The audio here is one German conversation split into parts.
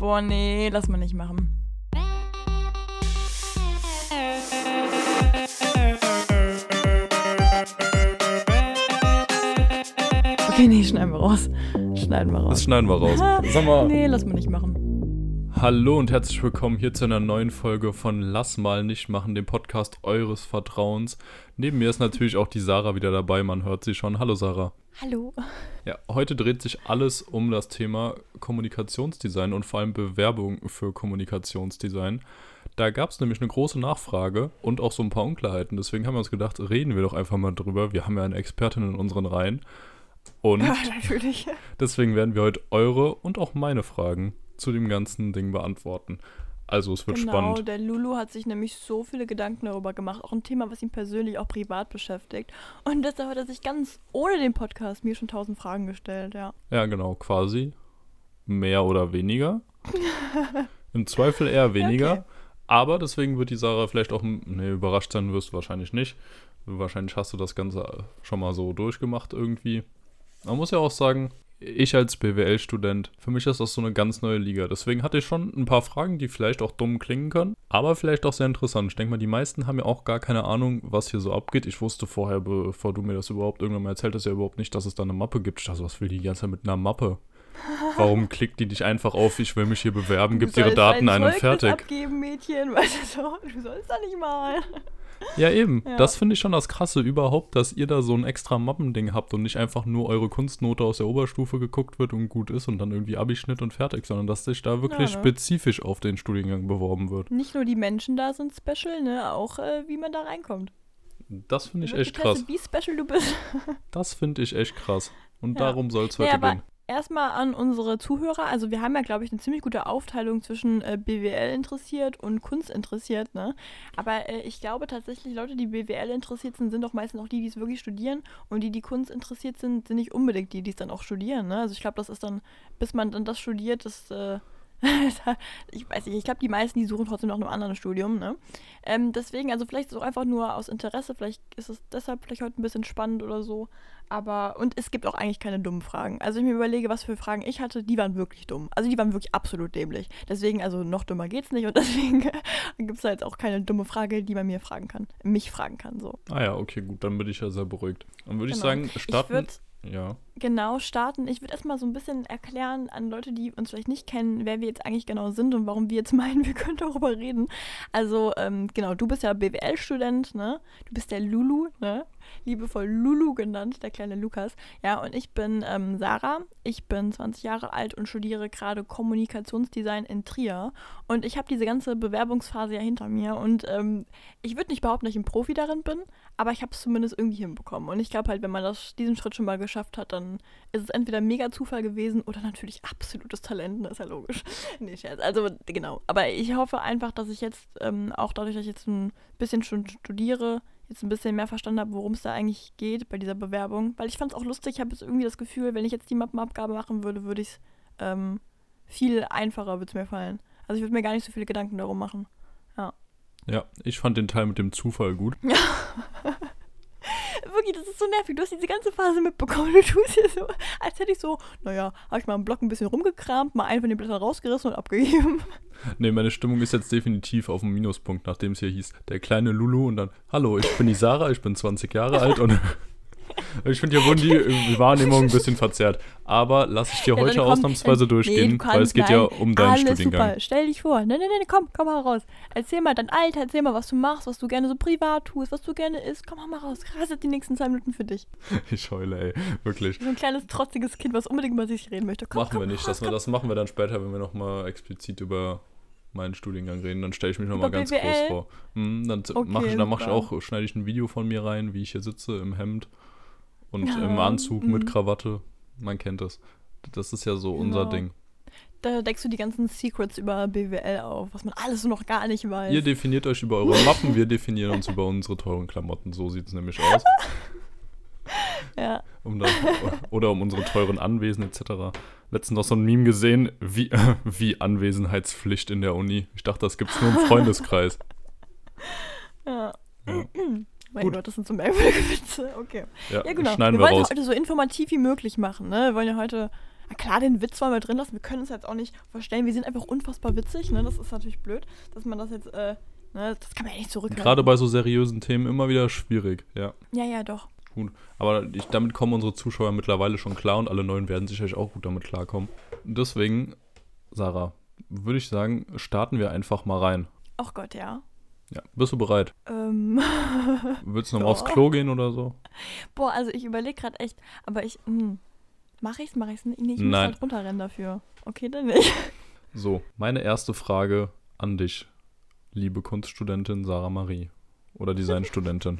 Boah, nee, lass mal nicht machen. Okay, nee, schneiden wir raus. Das schneiden wir raus. Sag mal. Nee, lass mal nicht machen. Hallo und herzlich willkommen hier zu einer neuen Folge von Lass mal nicht machen, dem Podcast eures Vertrauens. Neben mir ist natürlich auch die Sarah wieder dabei, man hört sie schon. Hallo Sarah. Hallo. Ja, heute dreht sich alles um das Thema Kommunikationsdesign und vor allem Bewerbung für Kommunikationsdesign. Da gab es nämlich eine große Nachfrage und auch so ein paar Unklarheiten. Deswegen haben wir uns gedacht, reden wir doch einfach mal drüber. Wir haben ja eine Expertin in unseren Reihen. Und Ja, natürlich. deswegen werden wir heute eure und auch meine Fragen zu dem ganzen Ding beantworten. Also es wird spannend. Genau, der Lulu hat sich nämlich so viele Gedanken darüber gemacht. Auch ein Thema, was ihn persönlich auch privat beschäftigt. Und deshalb hat er sich ganz ohne den Podcast mir schon 1000 Fragen gestellt, ja. Ja, genau, quasi. Mehr oder weniger. Im Zweifel eher weniger. Okay. Aber deswegen wird die Sarah vielleicht auch, überrascht sein wirst du wahrscheinlich nicht. Wahrscheinlich hast du das Ganze schon mal so durchgemacht irgendwie. Man muss ja auch sagen, ich als BWL-Student, für mich ist das so eine ganz neue Liga. Deswegen hatte ich schon ein paar Fragen, die vielleicht auch dumm klingen können, aber vielleicht auch sehr interessant. Ich denke mal, die meisten haben ja auch gar keine Ahnung, was hier so abgeht. Ich wusste vorher, bevor du mir das überhaupt irgendwann mal erzählt hast, ja überhaupt nicht, dass es da eine Mappe gibt. Ich dachte, was will die ganze Zeit mit einer Mappe? Warum klickt die dich einfach auf, ich will mich hier bewerben, gibt ihre Daten ein und fertig? Du sollst abgeben, Mädchen, weißt du so, du sollst da nicht mal. Ja, eben. Ja. Das finde ich schon das Krasse überhaupt, dass ihr da so ein extra Mappending habt und nicht einfach nur eure Kunstnote aus der Oberstufe geguckt wird und gut ist und dann irgendwie Abischnitt und fertig, sondern dass sich da wirklich Ja, ne? spezifisch auf den Studiengang beworben wird. Nicht nur die Menschen da sind special, ne, auch wie man da reinkommt. Das finde ich Da wird echt krass. getestet, wie special du bist. Das finde ich echt krass. Und Ja. darum soll es Ja, heute aber gehen. erstmal an unsere Zuhörer. Also wir haben ja, glaube ich, eine ziemlich gute Aufteilung zwischen BWL interessiert und Kunst interessiert, ne? Aber ich glaube tatsächlich, Leute, die BWL interessiert sind, sind doch meistens auch die es wirklich studieren. Und die Kunst interessiert sind, sind nicht unbedingt die es dann auch studieren, ne? Also ich glaube, das ist dann, bis man dann das studiert, das ich weiß nicht, ich glaube, die meisten, die suchen trotzdem nach einem anderen Studium, ne? Deswegen, also vielleicht ist es auch einfach nur aus Interesse, vielleicht ist es deshalb vielleicht heute ein bisschen spannend oder so, aber, und es gibt auch eigentlich keine dummen Fragen. Also ich mir überlege, was für Fragen ich hatte, die waren wirklich dumm. Also die waren wirklich absolut dämlich. Deswegen, also noch dümmer geht's nicht und deswegen gibt es da jetzt auch keine dumme Frage, die man mich fragen kann, so. Ah ja, okay, gut, dann bin ich ja sehr beruhigt. Dann würde ich Genau. sagen, starten. Starten. Ich würde erstmal so ein bisschen erklären an Leute, die uns vielleicht nicht kennen, wer wir jetzt eigentlich genau sind und warum wir jetzt meinen, wir können darüber reden. Also, genau, du bist ja BWL-Student, ne? Du bist der Lulu, ne? Liebevoll Lulu genannt, der kleine Lukas. Ja, und ich bin Sarah. Ich bin 20 Jahre alt und studiere gerade Kommunikationsdesign in Trier. Und ich habe diese ganze Bewerbungsphase ja hinter mir. Und ich würde nicht behaupten, dass ich ein Profi darin bin, aber ich habe es zumindest irgendwie hinbekommen. Und ich glaube halt, wenn man diesen Schritt schon mal geschafft hat, dann ist es entweder mega Zufall gewesen oder natürlich absolutes Talent. Das ist ja logisch. Nee, Scherz. Also, genau. Aber ich hoffe einfach, dass ich jetzt, auch dadurch, dass ich jetzt ein bisschen schon studiere, jetzt ein bisschen mehr verstanden habe, worum es da eigentlich geht bei dieser Bewerbung. Weil ich fand es auch lustig, ich habe jetzt irgendwie das Gefühl, wenn ich jetzt die Mappenabgabe machen würde, würde ich es viel einfacher würde es mir fallen. Also ich würde mir gar nicht so viele Gedanken darum machen. Ja, ich fand den Teil mit dem Zufall gut. Ja. Wirklich, das ist so nervig. Du hast diese ganze Phase mitbekommen. Du tust hier so, als hätte ich so, naja, habe ich mal im Block ein bisschen rumgekramt, mal einen von den Blättern rausgerissen und abgegeben. Nee, meine Stimmung ist jetzt definitiv auf dem Minuspunkt, nachdem es hier hieß, der kleine Lulu und dann, hallo, ich bin die Sarah, ich bin 20 Jahre alt und ich finde, hier wurden die Wahrnehmungen ein bisschen verzerrt. Aber lass ich dir Ja, heute dann komm, ausnahmsweise durchgehen, weil es geht ja um deinen alles Studiengang. Super. Stell dich vor. Nein, komm mal raus. Erzähl mal dein Alter, erzähl mal, was du machst, was du gerne so privat tust, was du gerne isst. Komm mal raus. Krass, jetzt die nächsten 2 Minuten für dich. Ich heule, ey, wirklich. So ein kleines, trotziges Kind, was unbedingt über sich reden möchte. Machen wir nicht, das machen wir dann später, wenn wir nochmal explizit über meinen Studiengang reden, dann stelle ich mich nochmal ganz BWL? groß vor. Dann Okay, schneide ich ein Video von mir rein, wie ich hier sitze im Hemd und Ja, im Anzug mit Krawatte. Man kennt das. Das ist ja so unser Genau. Ding. Da deckst du die ganzen Secrets über BWL auf, was man alles so noch gar nicht weiß. Ihr definiert euch über eure Mappen, wir definieren uns über unsere teuren Klamotten. So sieht es nämlich aus. Ja. Oder um unsere teuren Anwesen etc. Letztens noch so ein Meme gesehen, wie Anwesenheitspflicht in der Uni. Ich dachte, das gibt's nur im Freundeskreis. Ja. Ja. Mein Gut. Gott, das sind so merkwürdige Witze. Okay. Ja, Ja, genau. schneiden Wir wir wollen es raus. heute so informativ wie möglich machen, ne? Wir wollen ja heute Na klar, den Witz wollen wir drin lassen, wir können uns jetzt auch nicht verstellen, wir sind einfach unfassbar witzig, ne? Das ist natürlich blöd, dass man das jetzt, ne, das kann man ja nicht zurückhalten. Gerade bei so seriösen Themen immer wieder schwierig, ja. Ja, doch. Gut, aber damit kommen unsere Zuschauer mittlerweile schon klar und alle Neuen werden sicherlich auch gut damit klarkommen. Deswegen, Sarah, würde ich sagen, starten wir einfach mal rein. Ach Gott, ja. Ja, bist du bereit? Willst du noch mal aufs Klo gehen oder so? Boah, also ich überlege gerade echt, aber mach ich's nicht? Nee, ich muss Nein. halt runterrennen dafür. Okay, dann nicht. So, meine erste Frage an dich, liebe Kunststudentin Sarah Marie oder Designstudentin.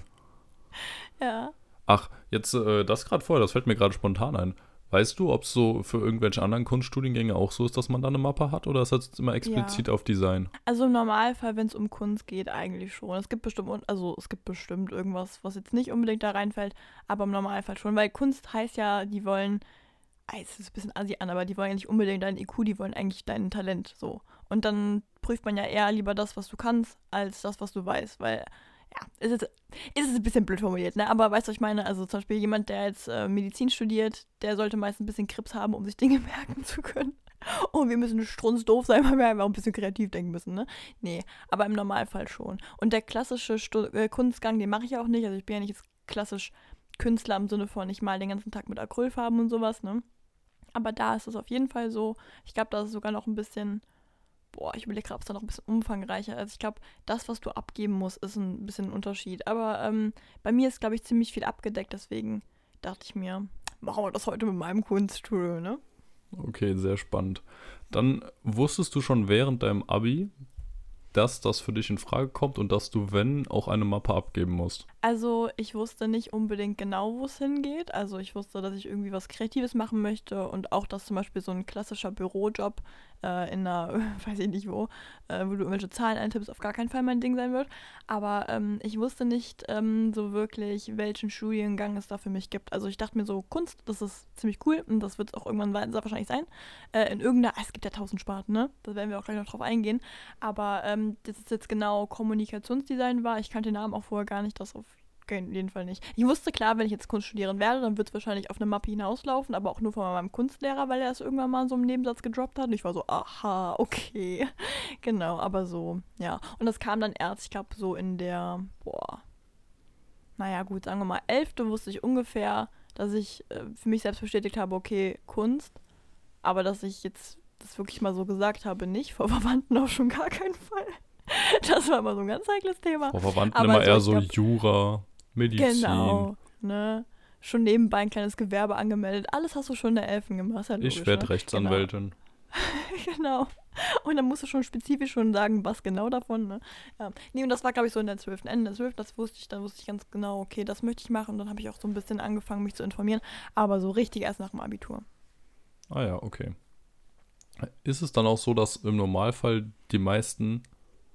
Ja. Ach, jetzt das gerade vorher, das fällt mir gerade spontan ein. Weißt du, ob es so für irgendwelche anderen Kunststudiengänge auch so ist, dass man da eine Mappe hat oder ist das jetzt immer explizit auf Design? Also im Normalfall, wenn es um Kunst geht, eigentlich schon. Es gibt bestimmt irgendwas, was jetzt nicht unbedingt da reinfällt, aber im Normalfall schon, weil Kunst heißt ja, die wollen, es ist ein bisschen assi an, aber die wollen ja nicht unbedingt dein IQ, die wollen eigentlich dein Talent, so. Und dann prüft man ja eher lieber das, was du kannst, als das, was du weißt, weil ja, ist es ein bisschen blöd formuliert, ne? Aber weißt du, was ich meine? Also zum Beispiel jemand, der jetzt Medizin studiert, der sollte meist ein bisschen Krips haben, um sich Dinge merken zu können. Und wir müssen strunzdoof sein, weil wir einfach ein bisschen kreativ denken müssen, ne? Nee, aber im Normalfall schon. Und der klassische Kunstgang, den mache ich auch nicht. Also ich bin ja nicht jetzt klassisch Künstler im Sinne von, ich male den ganzen Tag mit Acrylfarben und sowas, ne? Aber da ist es auf jeden Fall so. Ich glaube, da ist es sogar noch ein bisschen... ich überlege gerade, ob es da noch ein bisschen umfangreicher ist. Ich glaube, das, was du abgeben musst, ist ein bisschen ein Unterschied. Aber bei mir ist, glaube ich, ziemlich viel abgedeckt. Deswegen dachte ich mir, machen wir das heute mit meinem Kunststudio, ne? Okay, sehr spannend. Dann wusstest du schon während deinem Abi, dass das für dich in Frage kommt und dass du, wenn, auch eine Mappe abgeben musst? Also ich wusste nicht unbedingt genau, wo es hingeht. Also ich wusste, dass ich irgendwie was Kreatives machen möchte und auch, dass zum Beispiel so ein klassischer Bürojob in einer, weiß ich nicht wo du irgendwelche Zahlen eintippst, auf gar keinen Fall mein Ding sein wird. Aber ich wusste nicht so wirklich, welchen Studiengang es da für mich gibt. Also ich dachte mir so, Kunst, das ist ziemlich cool und das wird es auch irgendwann wahrscheinlich sein. Es gibt ja 1000 Sparten, ne? Da werden wir auch gleich noch drauf eingehen. Aber das ist jetzt genau Kommunikationsdesign war. Ich kannte den Namen auch vorher gar nicht, das auf jeden Fall nicht. Ich wusste klar, wenn ich jetzt Kunst studieren werde, dann wird es wahrscheinlich auf eine Mappe hinauslaufen, aber auch nur von meinem Kunstlehrer, weil er es irgendwann mal in so einem Nebensatz gedroppt hat. Und ich war so, aha, okay. Genau, aber so, ja. Und das kam dann erst, ich glaube, so in der, naja gut, sagen wir mal 11. wusste ich ungefähr, dass ich für mich selbst bestätigt habe, okay, Kunst. Aber dass ich jetzt das wirklich mal so gesagt habe, nicht. Vor Verwandten auch schon gar keinen Fall. Das war immer so ein ganz heikles Thema. Vor Verwandten aber immer eher so glaub, Jura, Medizin. Genau, ne? Schon nebenbei ein kleines Gewerbe angemeldet. Alles hast du schon in der 11. gemacht. Halt ich werde Rechtsanwältin. Genau. Und dann musst du schon spezifisch schon sagen, was genau davon, ne? Ja. Nee, und das war, glaube ich, so in der 12. Ende der 12. Dann wusste ich ganz genau, okay, das möchte ich machen. Und dann habe ich auch so ein bisschen angefangen, mich zu informieren. Aber so richtig erst nach dem Abitur. Ah ja, okay. Ist es dann auch so, dass im Normalfall die meisten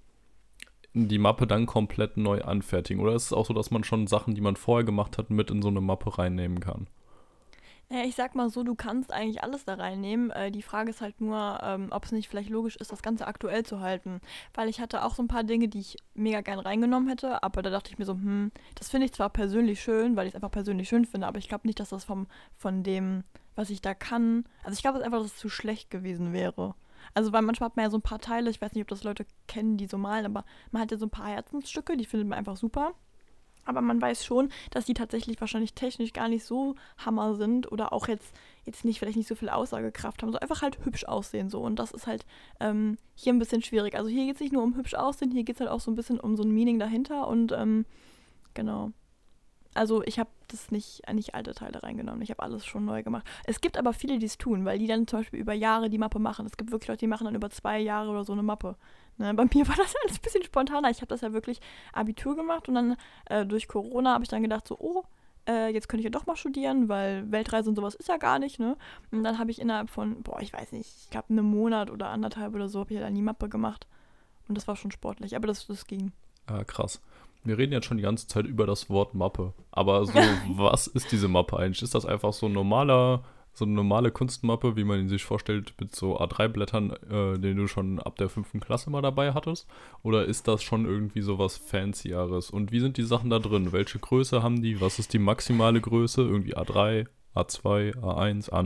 die Mappe dann komplett neu anfertigen? Oder ist es auch so, dass man schon Sachen, die man vorher gemacht hat, mit in so eine Mappe reinnehmen kann? Naja, ich sag mal so, du kannst eigentlich alles da reinnehmen. Die Frage ist halt nur, ob es nicht vielleicht logisch ist, das Ganze aktuell zu halten. Weil ich hatte auch so ein paar Dinge, die ich mega gern reingenommen hätte, aber da dachte ich mir so, das finde ich zwar persönlich schön, weil ich es einfach persönlich schön finde, aber ich glaube nicht, dass das von dem, was ich da kann, also ich glaube einfach, dass es zu schlecht gewesen wäre. Also weil manchmal hat man ja so ein paar Teile, ich weiß nicht, ob das Leute kennen, die so malen, aber man hat ja so ein paar Herzensstücke, die findet man einfach super. Aber man weiß schon, dass die tatsächlich wahrscheinlich technisch gar nicht so Hammer sind oder auch jetzt nicht, vielleicht nicht so viel Aussagekraft haben, so einfach halt hübsch aussehen so. Und das ist halt hier ein bisschen schwierig. Also hier geht es nicht nur um hübsch aussehen, hier geht es halt auch so ein bisschen um so ein Meaning dahinter und genau. Also ich habe das nicht alte Teile reingenommen, ich habe alles schon neu gemacht. Es gibt aber viele, die es tun, weil die dann zum Beispiel über Jahre die Mappe machen. Es gibt wirklich Leute, die machen dann über 2 Jahre oder so eine Mappe. Ne? Bei mir war das alles ein bisschen spontaner. Ich habe das ja wirklich Abitur gemacht und dann durch Corona habe ich dann gedacht so, jetzt könnte ich ja doch mal studieren, weil Weltreise und sowas ist ja gar nicht, ne? Und dann habe ich innerhalb von, ich weiß nicht, ich glaube einen Monat oder 1,5 oder so, habe ich dann die Mappe gemacht. Und das war schon sportlich, aber das ging. Ah, krass. Wir reden jetzt schon die ganze Zeit über das Wort Mappe. Aber so, was ist diese Mappe eigentlich? Ist das einfach so eine normale Kunstmappe, wie man ihn sich vorstellt, mit so A3-Blättern, den du schon ab der 5. Klasse mal dabei hattest? Oder ist das schon irgendwie so was Fancyeres? Und wie sind die Sachen da drin? Welche Größe haben die? Was ist die maximale Größe? Irgendwie A3, A2, A1, A0?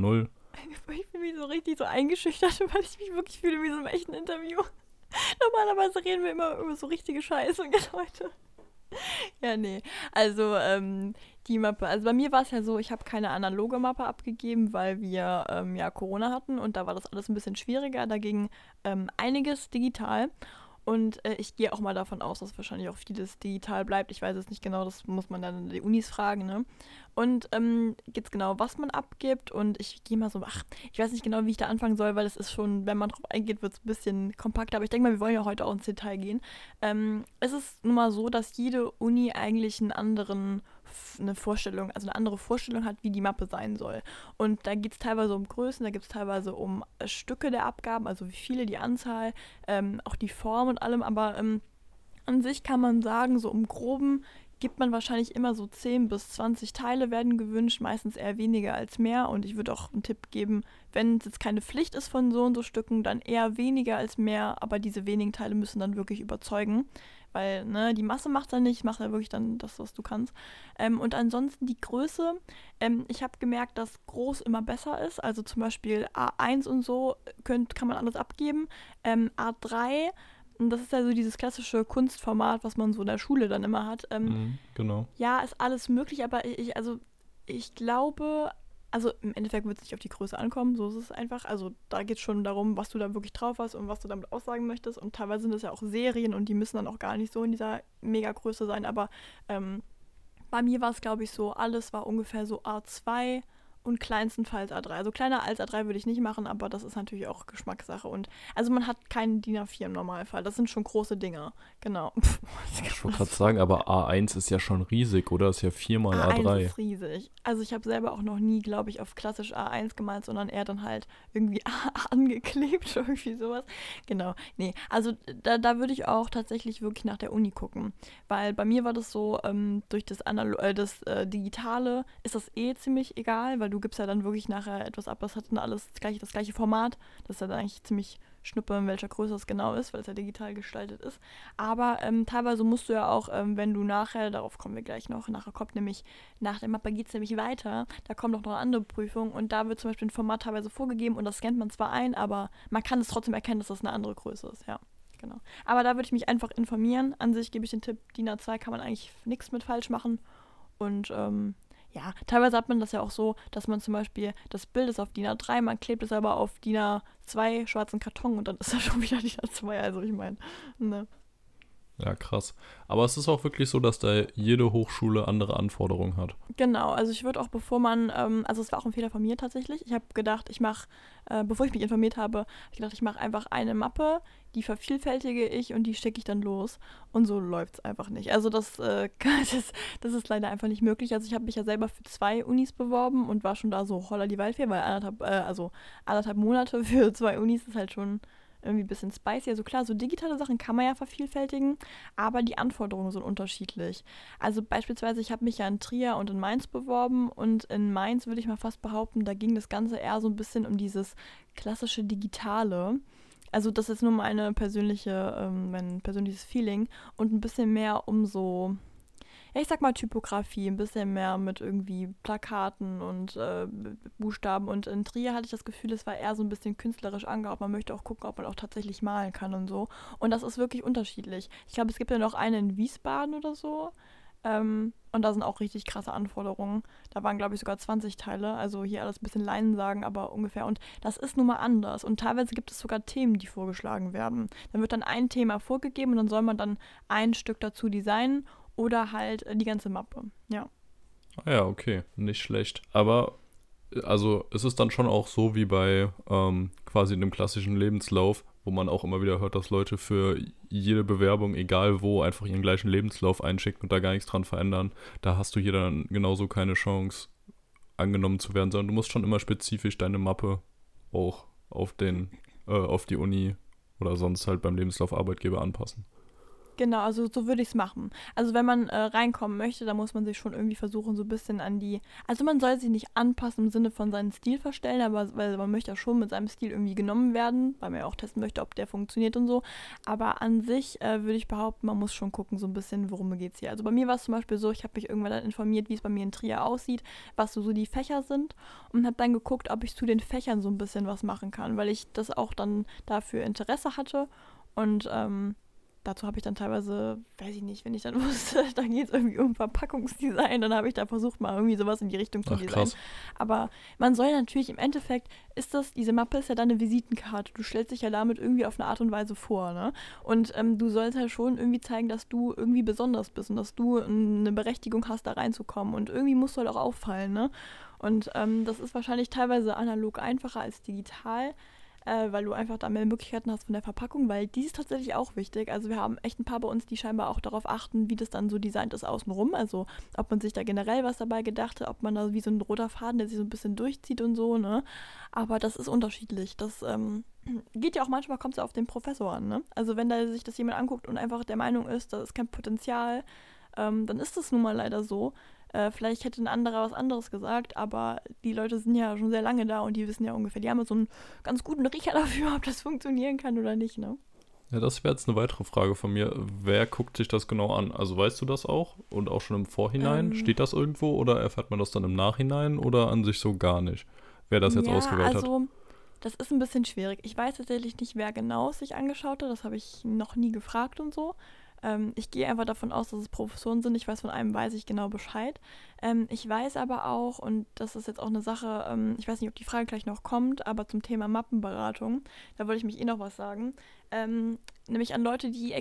Ich fühle mich so richtig so eingeschüchtert, weil ich mich wirklich fühle wie so einem echten Interview. Normalerweise reden wir immer über so richtige Scheiße und jetzt heute. Ja, nee. Also, die Mappe. Also bei mir war es ja so, ich habe keine analoge Mappe abgegeben, weil wir ja Corona hatten und da war das alles ein bisschen schwieriger. Da ging einiges digital. Und ich gehe auch mal davon aus, dass wahrscheinlich auch vieles digital bleibt. Ich weiß es nicht genau, das muss man dann in die Unis fragen, ne? Und jetzt genau, was man abgibt. Und ich gehe mal so, ich weiß nicht genau, wie ich da anfangen soll, weil es ist schon, wenn man drauf eingeht, wird es ein bisschen kompakter. Aber ich denke mal, wir wollen ja heute auch ins Detail gehen. Es ist nun mal so, dass jede Uni eigentlich eine Vorstellung, also eine andere Vorstellung hat, wie die Mappe sein soll. Und da geht es teilweise um Größen, da geht es teilweise um Stücke der Abgaben, also wie viele, die Anzahl, auch die Form und allem, aber an sich kann man sagen, so im Groben gibt man wahrscheinlich immer so 10 bis 20 Teile werden gewünscht, meistens eher weniger als mehr. Und ich würde auch einen Tipp geben, wenn es jetzt keine Pflicht ist von so und so Stücken, dann eher weniger als mehr, aber diese wenigen Teile müssen dann wirklich überzeugen. Weil, ne, die Masse macht dann nicht, macht ja wirklich dann das, was du kannst. Und ansonsten die Größe. Ich habe gemerkt, dass groß immer besser ist. Also zum Beispiel A1 und so kann man alles abgeben. A3, und das ist ja so dieses klassische Kunstformat, was man so in der Schule dann immer hat. Genau. Ja, ist alles möglich, aber ich glaube, also im Endeffekt wird es nicht auf die Größe ankommen, so ist es einfach. Also da geht es schon darum, was du da wirklich drauf hast und was du damit aussagen möchtest. Und teilweise sind das ja auch Serien und die müssen dann auch gar nicht so in dieser Mega-Größe sein. Aber bei mir war es, glaube ich, so, alles war ungefähr so A2 und kleinstenfalls A3. Also kleiner als A3 würde ich nicht machen, aber das ist natürlich auch Geschmackssache. Und also man hat keinen DIN A4 im Normalfall. Das sind schon große Dinger. Genau. Ich wollte gerade sagen, aber A1 ist ja schon riesig, oder? Ist ja 4 mal A1 A3. ist riesig. Also ich habe selber auch noch nie, glaube ich, auf klassisch A1 gemalt, sondern eher dann halt irgendwie angeklebt, irgendwie sowas. Genau. Nee, also da würde ich auch tatsächlich wirklich nach der Uni gucken. Weil bei mir war das so, durch das Digitale ist das eh ziemlich egal, weil du gibst ja dann wirklich nachher etwas ab, das hat dann alles das gleiche Format. Das ist ja dann eigentlich ziemlich Schnuppe, in welcher Größe es genau ist, weil es ja digital gestaltet ist. Aber teilweise musst du ja auch, wenn du nachher, darauf kommen wir gleich noch, nachher kommt nämlich, nach der Mappe geht es nämlich weiter, da kommt noch eine andere Prüfung und da wird zum Beispiel ein Format teilweise vorgegeben und das scannt man zwar ein, aber man kann es trotzdem erkennen, dass das eine andere Größe ist, ja. Genau. Aber da würde ich mich einfach informieren. An sich gebe ich den Tipp, DIN A2 kann man eigentlich nichts mit falsch machen. Und ja, teilweise hat man das ja auch so, dass man zum Beispiel, das Bild ist auf DIN A3, man klebt es aber auf DIN A2 schwarzen Karton und dann ist das schon wieder DIN A2, also ich meine, ne. Ja, krass. Aber es ist auch wirklich so, dass da jede Hochschule andere Anforderungen hat. Genau, also ich würde auch, bevor man, also es war auch ein Fehler von mir tatsächlich, ich habe gedacht, bevor ich mich informiert habe, ich mache einfach eine Mappe, die vervielfältige ich und die schicke ich dann los und so läuft es einfach nicht. Also das ist leider einfach nicht möglich. Also ich habe mich ja selber für 2 Unis beworben und war schon da so holla die Waldfee, weil anderthalb Monate für 2 Unis ist halt schon irgendwie ein bisschen spicy. Also klar, so digitale Sachen kann man ja vervielfältigen, aber die Anforderungen sind unterschiedlich. Also beispielsweise, ich habe mich ja in Trier und in Mainz beworben und in Mainz würde ich mal fast behaupten, da ging das Ganze eher so ein bisschen um dieses klassische Digitale. Also das ist nur mein persönliches Feeling und ein bisschen mehr um so, ja, ich sag mal Typografie, ein bisschen mehr mit irgendwie Plakaten und Buchstaben. Und in Trier hatte ich das Gefühl, es war eher so ein bisschen künstlerisch angehaucht. Man möchte auch gucken, ob man auch tatsächlich malen kann und so. Und das ist wirklich unterschiedlich. Ich glaube, es gibt ja noch eine in Wiesbaden oder so. Und da sind auch richtig krasse Anforderungen. Da waren, glaube ich, sogar 20 Teile. Also hier alles ein bisschen Leinen sagen, aber ungefähr. Und das ist nun mal anders. Und teilweise gibt es sogar Themen, die vorgeschlagen werden. Dann wird dann ein Thema vorgegeben und dann soll man dann ein Stück dazu designen oder halt die ganze Mappe. Ja. Ah ja, okay. Nicht schlecht. Aber, also, es ist dann schon auch so wie bei quasi einem klassischen Lebenslauf, wo man auch immer wieder hört, dass Leute für jede Bewerbung, egal wo, einfach ihren gleichen Lebenslauf einschicken und da gar nichts dran verändern. Da hast du hier dann genauso keine Chance, angenommen zu werden, sondern du musst schon immer spezifisch deine Mappe auch auf die Uni oder sonst halt beim Lebenslauf Arbeitgeber anpassen. Genau, also so würde ich es machen. Also wenn man reinkommen möchte, dann muss man sich schon irgendwie versuchen, so ein bisschen an die, also man soll sich nicht anpassen im Sinne von seinen Stil verstellen, aber weil man möchte ja schon mit seinem Stil irgendwie genommen werden, weil man ja auch testen möchte, ob der funktioniert und so. Aber an sich würde ich behaupten, man muss schon gucken, so ein bisschen, worum geht es hier. Also bei mir war es zum Beispiel so, ich habe mich irgendwann dann informiert, wie es bei mir in Trier aussieht, was so die Fächer sind und habe dann geguckt, ob ich zu den Fächern so ein bisschen was machen kann, weil ich das auch dann dafür Interesse hatte und dazu habe ich dann teilweise, weiß ich nicht, wenn ich dann wusste, da geht es irgendwie um Verpackungsdesign, dann habe ich da versucht, mal irgendwie sowas in die Richtung zu Ach, designen. krass. Aber man soll natürlich im Endeffekt, diese Mappe ist ja dann eine Visitenkarte. Du stellst dich ja damit irgendwie auf eine Art und Weise vor, ne? Und du sollst halt schon irgendwie zeigen, dass du irgendwie besonders bist und dass du eine Berechtigung hast, da reinzukommen. Und irgendwie musst du halt auch auffallen, ne? Und das ist wahrscheinlich teilweise analog einfacher als digital, weil du einfach da mehr Möglichkeiten hast von der Verpackung, weil die ist tatsächlich auch wichtig. Also wir haben echt ein paar bei uns, die scheinbar auch darauf achten, wie das dann so designt ist außenrum. Also ob man sich da generell was dabei gedacht hat, ob man da wie so ein roter Faden, der sich so ein bisschen durchzieht und so, ne? Aber das ist unterschiedlich. Das geht ja auch manchmal, kommt es ja auf den Professor an, ne? Also wenn da sich das jemand anguckt und einfach der Meinung ist, da ist kein Potenzial, dann ist das nun mal leider so. Vielleicht hätte ein anderer was anderes gesagt, aber die Leute sind ja schon sehr lange da und die wissen ja ungefähr, die haben so einen ganz guten Riecher dafür, ob das funktionieren kann oder nicht, ne? Ja, das wäre jetzt eine weitere Frage von mir. Wer guckt sich das genau an? Also weißt du das auch? Und auch schon im Vorhinein? Ähm, Steht das irgendwo oder erfährt man das dann im Nachhinein oder an sich so gar nicht? Wer das jetzt ja, ausgewählt hat? also das ist ein bisschen schwierig. Ich weiß tatsächlich nicht, wer genau es sich angeschaut hat, das habe ich noch nie gefragt und so. Ich gehe einfach davon aus, dass es Professoren sind. Ich weiß, von einem weiß ich genau Bescheid. Ich weiß aber auch, und das ist jetzt auch eine Sache, ich weiß nicht, ob die Frage gleich noch kommt, aber zum Thema Mappenberatung, da wollte ich mich noch was sagen. Nämlich an Leute, die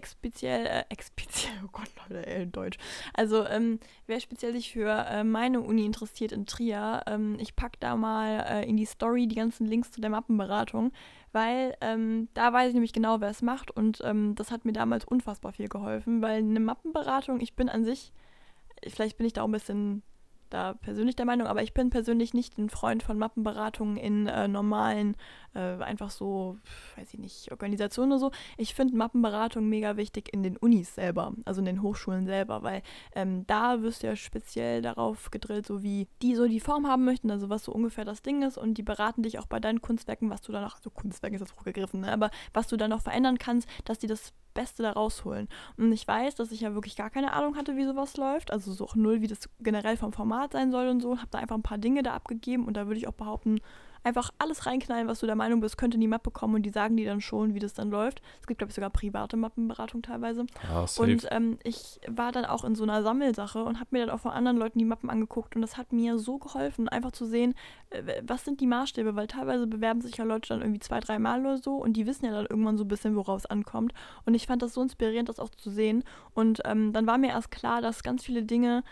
oh Gott, Leute, Deutsch. Also, wer speziell sich für meine Uni interessiert in Trier, ich packe da mal in die Story die ganzen Links zu der Mappenberatung, weil da weiß ich nämlich genau, wer es macht und das hat mir damals unfassbar viel geholfen, weil eine Mappenberatung, ich bin an sich, vielleicht bin ich da auch ein bisschen da persönlich der Meinung, aber ich bin persönlich nicht ein Freund von Mappenberatungen in normalen, einfach so, weiß ich nicht, Organisationen oder so. Ich finde Mappenberatung mega wichtig in den Unis selber, also in den Hochschulen selber, weil da wirst du ja speziell darauf gedrillt, so wie die so die Form haben möchten, also was so ungefähr das Ding ist und die beraten dich auch bei deinen Kunstwerken, was du dann noch, also Kunstwerken ist das hochgegriffen, ne, aber was du dann noch verändern kannst, dass die das Beste da rausholen. Und ich weiß, dass ich ja wirklich gar keine Ahnung hatte, wie sowas läuft. Also so auch null, wie das generell vom Format sein soll und so. Habe da einfach ein paar Dinge da abgegeben und da würde ich auch behaupten, einfach alles reinknallen, was du der Meinung bist, könnte in die Mappe kommen und die sagen dir dann schon, wie das dann läuft. Es gibt, glaube ich, sogar private Mappenberatung teilweise. Ja, Und safe. ich war dann auch in so einer Sammelsache und habe mir dann auch von anderen Leuten die Mappen angeguckt und das hat mir so geholfen, einfach zu sehen, was sind die Maßstäbe, weil teilweise bewerben sich ja Leute dann irgendwie 2, 3 Mal oder so und die wissen ja dann irgendwann so ein bisschen, worauf es ankommt. Und ich fand das so inspirierend, das auch zu sehen. Und dann war mir erst klar, dass ganz viele Dinge,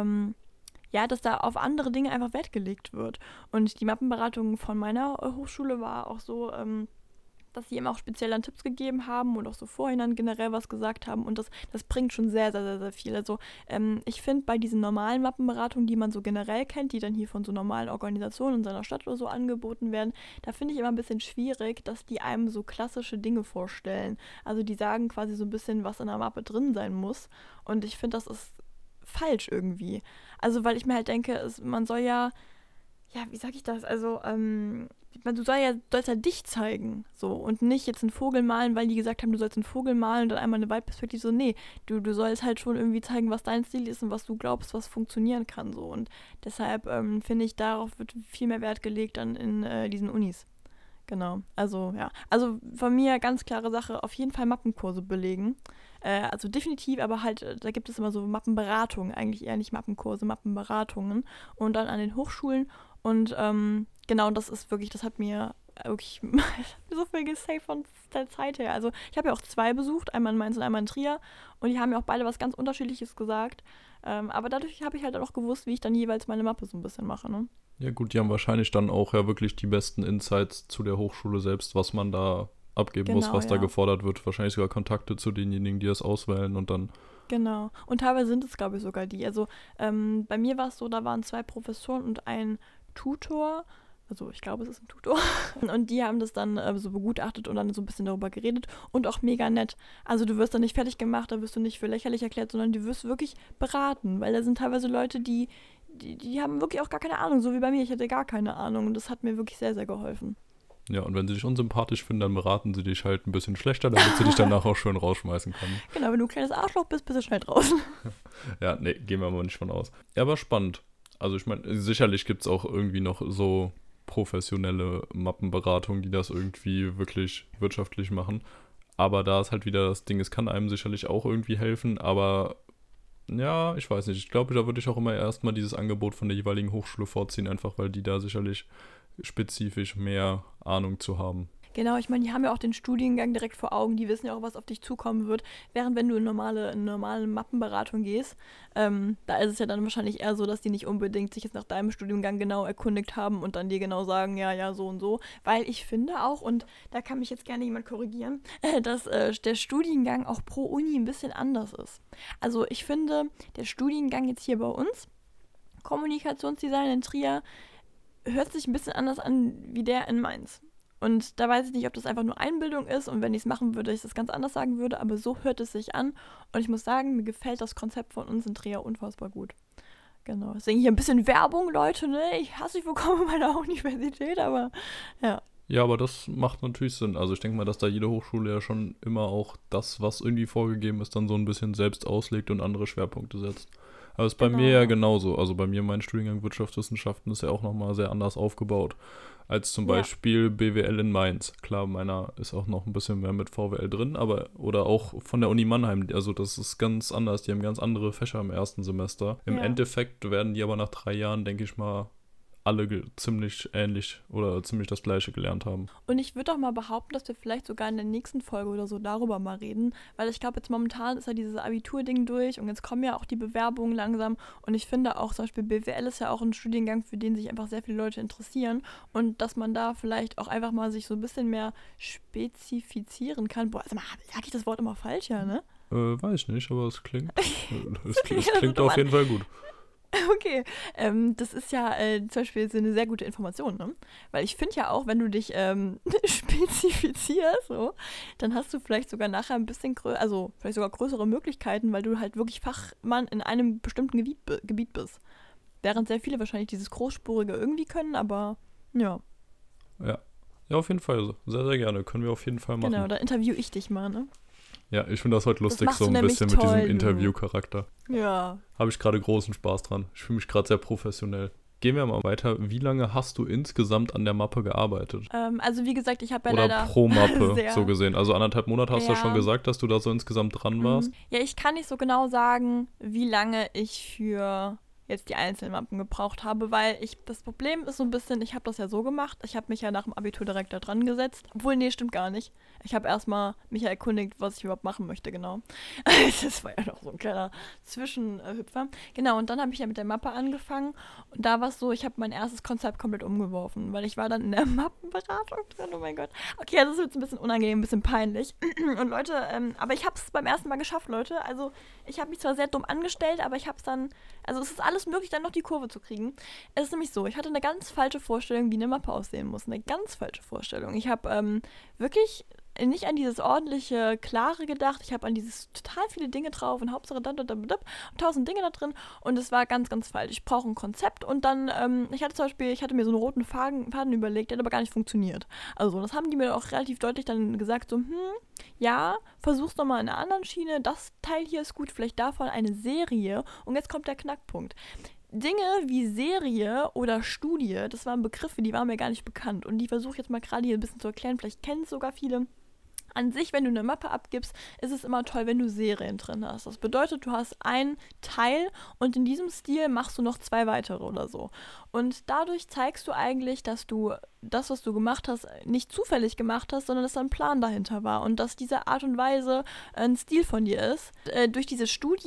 ja, dass da auf andere Dinge einfach Wert gelegt wird. Und die Mappenberatung von meiner Hochschule war auch so, dass sie eben auch speziell dann Tipps gegeben haben und auch so vorhin dann generell was gesagt haben. Und das bringt schon sehr, sehr, sehr, sehr viel. Also ich finde, bei diesen normalen Mappenberatungen, die man so generell kennt, die dann hier von so normalen Organisationen in seiner Stadt oder so angeboten werden, da finde ich immer ein bisschen schwierig, dass die einem so klassische Dinge vorstellen. Also die sagen quasi so ein bisschen, was in der Mappe drin sein muss. Und ich finde, das ist falsch irgendwie. Also weil ich mir halt denke, man soll ja, wie sag ich das? Also, du sollst ja dich zeigen, so, und nicht jetzt einen Vogel malen, weil die gesagt haben, du sollst einen Vogel malen und dann einmal eine Weitperspektive, so, nee, du sollst halt schon irgendwie zeigen, was dein Stil ist und was du glaubst, was funktionieren kann, so, und deshalb finde ich, darauf wird viel mehr Wert gelegt dann in diesen Unis. Genau, also ja. Also von mir ganz klare Sache, auf jeden Fall Mappenkurse belegen. Also definitiv, aber halt, da gibt es immer so Mappenberatungen, eigentlich eher nicht Mappenkurse, Mappenberatungen. Und dann an den Hochschulen. Und genau, das ist wirklich, das hat mir wirklich so viel gesaved von der Zeit her. Also ich habe ja auch 2 besucht, einmal in Mainz und einmal in Trier. Und die haben mir auch beide was ganz Unterschiedliches gesagt. Aber dadurch habe ich halt auch gewusst, wie ich dann jeweils meine Mappe so ein bisschen mache, ne? Ja gut, die haben wahrscheinlich dann auch ja wirklich die besten Insights zu der Hochschule selbst, was man da abgeben muss, Genau, was da ja. gefordert wird. Wahrscheinlich sogar Kontakte zu denjenigen, die das auswählen und dann, Genau. Und teilweise sind es, glaube ich, sogar die. Also bei mir war es so, da waren 2 Professoren und ein Tutor. Also ich glaube, es ist ein Tutor. Und die haben das dann so begutachtet und dann so ein bisschen darüber geredet und auch mega nett. Also du wirst dann nicht fertig gemacht, da wirst du nicht für lächerlich erklärt, sondern du wirst wirklich beraten, weil da sind teilweise Leute, die haben wirklich auch gar keine Ahnung, so wie bei mir. Ich hatte gar keine Ahnung und das hat mir wirklich sehr, sehr geholfen. Ja, und wenn sie dich unsympathisch finden, dann beraten sie dich halt ein bisschen schlechter, damit sie dich danach auch schön rausschmeißen können. Genau, wenn du ein kleines Arschloch bist, bist du schnell draußen. Ja, nee, gehen wir mal nicht von aus. Ja, aber spannend. Also ich meine, sicherlich gibt es auch irgendwie noch so professionelle Mappenberatungen, die das irgendwie wirklich wirtschaftlich machen. Aber da ist halt wieder das Ding, es kann einem sicherlich auch irgendwie helfen, aber ja, ich weiß nicht. Ich glaube, da würde ich auch immer erstmal dieses Angebot von der jeweiligen Hochschule vorziehen, einfach weil die da sicherlich spezifisch mehr Ahnung zu haben. Genau, ich meine, die haben ja auch den Studiengang direkt vor Augen, die wissen ja auch, was auf dich zukommen wird. Während wenn du in normale Mappenberatung gehst, da ist es ja dann wahrscheinlich eher so, dass die nicht unbedingt sich jetzt nach deinem Studiengang genau erkundigt haben und dann dir genau sagen, ja, ja, so und so. Weil ich finde auch, und da kann mich jetzt gerne jemand korrigieren, dass der Studiengang auch pro Uni ein bisschen anders ist. Also ich finde, der Studiengang jetzt hier bei uns, Kommunikationsdesign in Trier, hört sich ein bisschen anders an wie der in Mainz. Und da weiß ich nicht, ob das einfach nur Einbildung ist und wenn ich es machen würde, ich das ganz anders sagen würde, aber so hört es sich an. Und ich muss sagen, mir gefällt das Konzept von uns in Trier unfassbar gut. Genau, deswegen hier ein bisschen Werbung, Leute, ne? Ich hasse dich willkommen bei der Universität, aber ja. Ja, aber das macht natürlich Sinn. Also ich denke mal, dass da jede Hochschule ja schon immer auch das, was irgendwie vorgegeben ist, dann so ein bisschen selbst auslegt und andere Schwerpunkte setzt. Aber ist bei mir ja genauso. Also bei mir, mein Studiengang Wirtschaftswissenschaften ist ja auch nochmal sehr anders aufgebaut als zum Beispiel BWL in Mainz. Klar, meiner ist auch noch ein bisschen mehr mit VWL drin, aber oder auch von der Uni Mannheim. Also das ist ganz anders. Die haben ganz andere Fächer im ersten Semester. Im Endeffekt werden die aber nach 3 Jahren, denke ich mal, alle ziemlich ähnlich oder ziemlich das Gleiche gelernt haben. Und ich würde auch mal behaupten, dass wir vielleicht sogar in der nächsten Folge oder so darüber mal reden, weil ich glaube, jetzt momentan ist ja dieses Abitur-Ding durch und jetzt kommen ja auch die Bewerbungen langsam und ich finde auch zum Beispiel BWL ist ja auch ein Studiengang, für den sich einfach sehr viele Leute interessieren und dass man da vielleicht auch einfach mal sich so ein bisschen mehr spezifizieren kann. Boah, also sag ich das Wort immer falsch, ja, ne? Weiß ich nicht, aber es klingt, es klingt auf jeden Fall gut. Okay, das ist ja zum Beispiel so eine sehr gute Information, ne? Weil ich finde ja auch, wenn du dich spezifizierst, so, dann hast du vielleicht sogar nachher ein bisschen, also vielleicht sogar größere Möglichkeiten, weil du halt wirklich Fachmann in einem bestimmten Gebiet bist. Während sehr viele wahrscheinlich dieses Großspurige irgendwie können, aber ja. Ja, auf jeden Fall. Sehr, sehr gerne. Können wir auf jeden Fall machen. Genau, da interview ich dich mal, ne? Ja, ich finde das heute lustig, das so ein bisschen toll, mit diesem Interview-Charakter. Ja. Habe ich gerade großen Spaß dran. Ich fühle mich gerade sehr professionell. Gehen wir mal weiter. Wie lange hast du insgesamt an der Mappe gearbeitet? Also wie gesagt, ich habe ja Oder leider... pro Mappe, so gesehen. Also 1,5 Monate hast du Ja. schon gesagt, dass du da so insgesamt dran warst. Ja, ich kann nicht so genau sagen, wie lange ich für jetzt die einzelnen Mappen gebraucht habe, weil das Problem ist so ein bisschen, ich habe das ja so gemacht, ich habe mich ja nach dem Abitur direkt da dran gesetzt. Obwohl, nee, stimmt gar nicht. Ich habe erstmal mich ja erkundigt, was ich überhaupt machen möchte, genau. Das war ja noch so ein kleiner Zwischenhüpfer. Genau, und dann habe ich ja mit der Mappe angefangen und da war es so, ich habe mein erstes Konzept komplett umgeworfen, weil ich war dann in der Mappenberatung drin, oh mein Gott. Okay, also das ist jetzt ein bisschen unangenehm, ein bisschen peinlich. Und Leute, aber ich habe es beim ersten Mal geschafft, Leute. Also ich habe mich zwar sehr dumm angestellt, aber ich habe es dann, also es ist alles möglich, dann noch die Kurve zu kriegen. Es ist nämlich so, ich hatte eine ganz falsche Vorstellung, wie eine Mappe aussehen muss. Eine ganz falsche Vorstellung. Ich habe wirklich nicht an dieses ordentliche, klare gedacht. Ich habe an dieses total viele Dinge drauf und Hauptsache und 1000 Dinge da drin und es war ganz, ganz falsch. Ich brauche ein Konzept und dann, ich hatte mir so einen roten Faden überlegt, der hat aber gar nicht funktioniert. Also das haben die mir auch relativ deutlich dann gesagt, so, ja, versuch's doch mal in einer anderen Schiene, das Teil hier ist gut, vielleicht davon eine Serie und jetzt kommt der Knackpunkt. Dinge wie Serie oder Studie, das waren Begriffe, die waren mir gar nicht bekannt und die versuche ich jetzt mal gerade hier ein bisschen zu erklären, vielleicht kennen es sogar viele. An sich, wenn du eine Mappe abgibst, ist es immer toll, wenn du Serien drin hast. Das bedeutet, du hast ein Teil und in diesem Stil machst du noch 2 weitere oder so. Und dadurch zeigst du eigentlich, dass du das, was du gemacht hast, nicht zufällig gemacht hast, sondern dass da ein Plan dahinter war und dass diese Art und Weise ein Stil von dir ist. Durch diese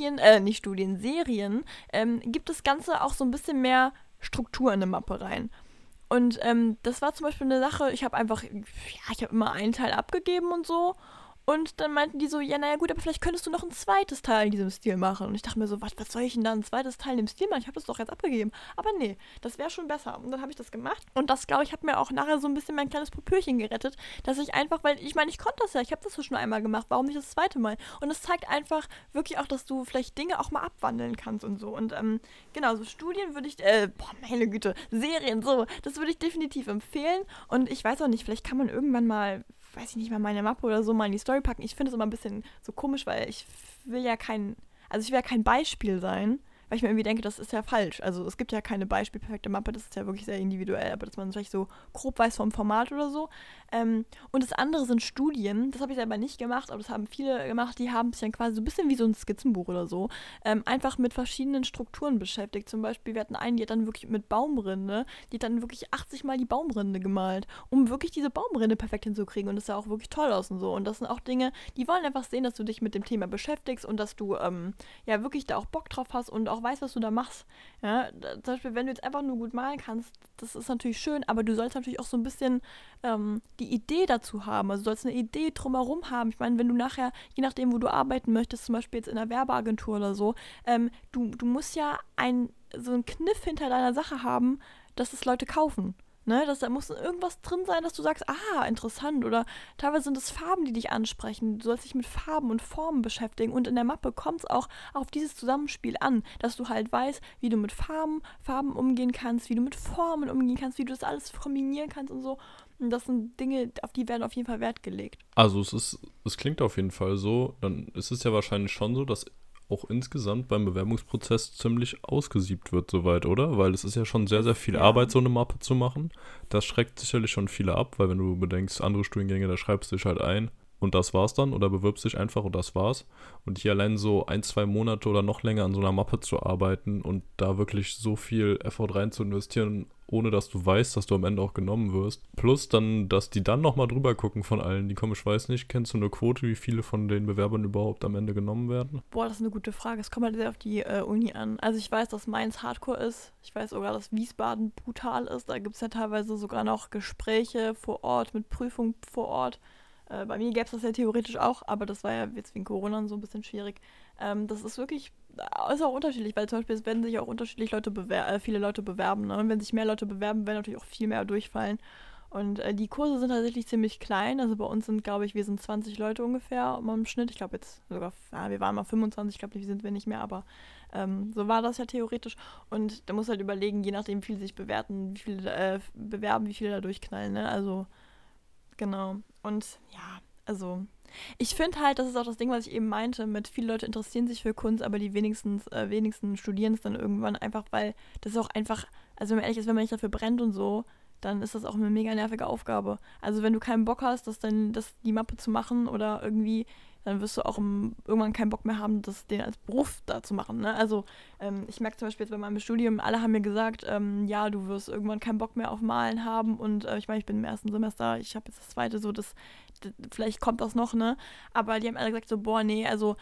Serien, gibt das Ganze auch so ein bisschen mehr Struktur in eine Mappe rein. Und das war zum Beispiel eine Sache, ich habe immer einen Teil abgegeben und so. Und dann meinten die so, ja, naja gut, aber vielleicht könntest du noch ein zweites Teil in diesem Stil machen. Und ich dachte mir so, was soll ich denn da ein zweites Teil in dem Stil machen? Ich habe das doch jetzt abgegeben. Aber nee, das wäre schon besser. Und dann habe ich das gemacht. Und das, glaube ich, hat mir auch nachher so ein bisschen mein kleines Popöchen gerettet, dass ich einfach, weil ich meine, ich konnte das ja, ich habe das ja schon einmal gemacht, warum nicht das zweite Mal? Und es zeigt einfach wirklich auch, dass du vielleicht Dinge auch mal abwandeln kannst und so. Und genau, so Studien würde ich, meine Güte, Serien, so, das würde ich definitiv empfehlen. Und ich weiß auch nicht, vielleicht kann man irgendwann mal, weiß ich nicht mal, meine Mappe oder so mal in die Story packen. Ich finde es immer ein bisschen so komisch, weil ich will ja kein Beispiel sein, weil ich mir irgendwie denke, das ist ja falsch. Also es gibt ja keine beispielperfekte Mappe, das ist ja wirklich sehr individuell, aber dass man vielleicht so grob weiß vom Format oder so. Und das andere sind Studien, das habe ich selber nicht gemacht, aber das haben viele gemacht, die haben sich dann quasi so ein bisschen wie so ein Skizzenbuch oder so, einfach mit verschiedenen Strukturen beschäftigt. Zum Beispiel, wir hatten einen, die hat dann wirklich mit Baumrinde, die hat dann wirklich 80 Mal die Baumrinde gemalt, um wirklich diese Baumrinde perfekt hinzukriegen und das sah auch wirklich toll aus und so. Und das sind auch Dinge, die wollen einfach sehen, dass du dich mit dem Thema beschäftigst und dass du ja wirklich da auch Bock drauf hast und auch weißt, was du da machst. Ja, zum Beispiel, wenn du jetzt einfach nur gut malen kannst, das ist natürlich schön, aber du sollst natürlich auch so ein bisschen die Idee dazu haben. Also du sollst eine Idee drumherum haben. Ich meine, wenn du nachher, je nachdem, wo du arbeiten möchtest, zum Beispiel jetzt in einer Werbeagentur oder so, du musst ja so einen Kniff hinter deiner Sache haben, dass es Leute kaufen. Ne, da muss irgendwas drin sein, dass du sagst, interessant. Oder teilweise sind es Farben, die dich ansprechen. Du sollst dich mit Farben und Formen beschäftigen. Und in der Mappe kommt es auch auf dieses Zusammenspiel an, dass du halt weißt, wie du mit Farben umgehen kannst, wie du mit Formen umgehen kannst, wie du das alles kombinieren kannst und so. Und das sind Dinge, auf die werden auf jeden Fall Wert gelegt. Also es klingt auf jeden Fall so, dann ist es ja wahrscheinlich schon so, dass auch insgesamt beim Bewerbungsprozess ziemlich ausgesiebt wird soweit, oder? Weil es ist ja schon sehr, sehr viel Ja. Arbeit, so eine Mappe zu machen. Das schreckt sicherlich schon viele ab, weil wenn du bedenkst, andere Studiengänge, da schreibst du dich halt ein und das war's dann oder bewirbst dich einfach und das war's. Und hier allein so 1, 2 Monate oder noch länger an so einer Mappe zu arbeiten und da wirklich so viel Effort rein zu investieren, ohne dass du weißt, dass du am Ende auch genommen wirst. Plus dann, dass die dann nochmal drüber gucken von allen, die kommen, ich weiß nicht, kennst du eine Quote, wie viele von den Bewerbern überhaupt am Ende genommen werden? Boah, das ist eine gute Frage. Es kommt halt sehr auf die Uni an. Also ich weiß, dass Mainz Hardcore ist. Ich weiß sogar, dass Wiesbaden brutal ist. Da gibt es ja teilweise sogar noch Gespräche vor Ort mit Prüfung vor Ort. Bei mir gäbe es das ja theoretisch auch, aber das war ja jetzt wegen Corona so ein bisschen schwierig. Das ist wirklich, ist auch unterschiedlich, weil zum Beispiel es werden sich auch unterschiedlich viele Leute bewerben. Ne? Und wenn sich mehr Leute bewerben, werden natürlich auch viel mehr durchfallen. Und die Kurse sind tatsächlich ziemlich klein. Also bei uns sind, glaube ich, wir sind 20 Leute ungefähr im Schnitt. Ich glaube jetzt sogar, wir waren mal 25, ich glaube, die sind wir nicht mehr, aber so war das ja theoretisch. Und da muss halt überlegen, je nachdem, wie viele sich bewerben, wie viele da durchknallen. Ne? Also genau. Und ja, also ich finde halt, das ist auch das Ding, was ich eben meinte, mit viele Leute interessieren sich für Kunst, aber die wenigsten studieren es dann irgendwann einfach, weil das ist auch einfach, also wenn man ehrlich ist, wenn man nicht dafür brennt und so, dann ist das auch eine mega nervige Aufgabe. Also wenn du keinen Bock hast, die Mappe zu machen oder irgendwie, dann wirst du auch irgendwann keinen Bock mehr haben, den als Beruf da zu machen. Ne? Also ich merke zum Beispiel jetzt bei meinem Studium, alle haben mir gesagt, ja, du wirst irgendwann keinen Bock mehr auf Malen haben und ich meine, ich bin im ersten Semester, ich habe jetzt das zweite, so vielleicht kommt das noch, ne? Aber die haben alle gesagt so, boah, nee, also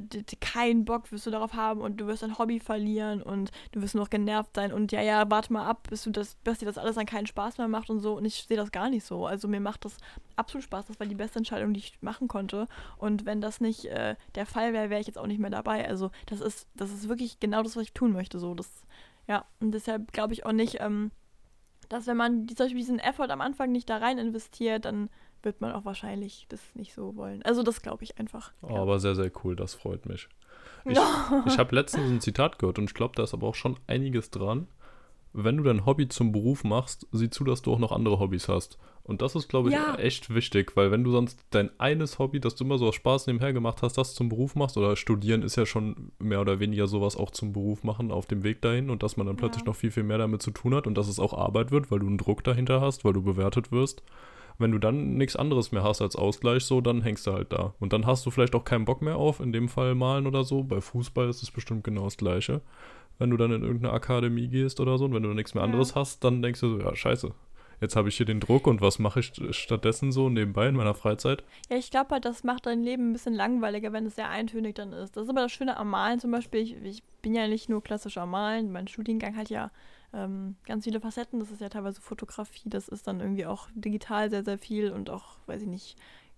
keinen Bock wirst du darauf haben und du wirst dein Hobby verlieren und du wirst nur noch genervt sein und ja, warte mal ab, bis dir das alles dann keinen Spaß mehr macht und so. Und ich sehe das gar nicht so. Also mir macht das absolut Spaß. Das war die beste Entscheidung, die ich machen konnte. Und wenn das nicht der Fall wäre, wäre ich jetzt auch nicht mehr dabei. Also das ist wirklich genau das, was ich tun möchte. So, ja, und deshalb glaube ich auch nicht, dass wenn man zum Beispiel diesen Effort am Anfang nicht da rein investiert, dann wird man auch wahrscheinlich das nicht so wollen. Also das glaube ich einfach. Oh, Ja. aber sehr, sehr cool, das freut mich. Ich habe letztens ein Zitat gehört und ich glaube, da ist aber auch schon einiges dran. Wenn du dein Hobby zum Beruf machst, sieh zu, dass du auch noch andere Hobbys hast. Und das ist, glaube ich, Ja. echt wichtig, weil wenn du sonst dein eines Hobby, das du immer so aus Spaß nebenher gemacht hast, das zum Beruf machst, oder studieren ist ja schon mehr oder weniger sowas auch zum Beruf machen auf dem Weg dahin und dass man dann plötzlich noch viel, viel mehr damit zu tun hat und dass es auch Arbeit wird, weil du einen Druck dahinter hast, weil du bewertet wirst. Wenn du dann nichts anderes mehr hast als Ausgleich, so, dann hängst du halt da. Und dann hast du vielleicht auch keinen Bock mehr auf, in dem Fall malen oder so. Bei Fußball ist es bestimmt genau das Gleiche. Wenn du dann in irgendeine Akademie gehst oder so und wenn du nichts mehr anderes hast, dann denkst du so, ja, scheiße. Jetzt habe ich hier den Druck und was mache ich stattdessen so nebenbei in meiner Freizeit? Ja, ich glaube halt, das macht dein Leben ein bisschen langweiliger, wenn es sehr eintönig dann ist. Das ist aber das Schöne am Malen zum Beispiel. Ich bin ja nicht nur klassisch am Malen. Mein Studiengang hat ja ganz viele Facetten. Das ist ja teilweise Fotografie. Das ist dann irgendwie auch digital sehr, sehr viel und auch, weiß ich nicht,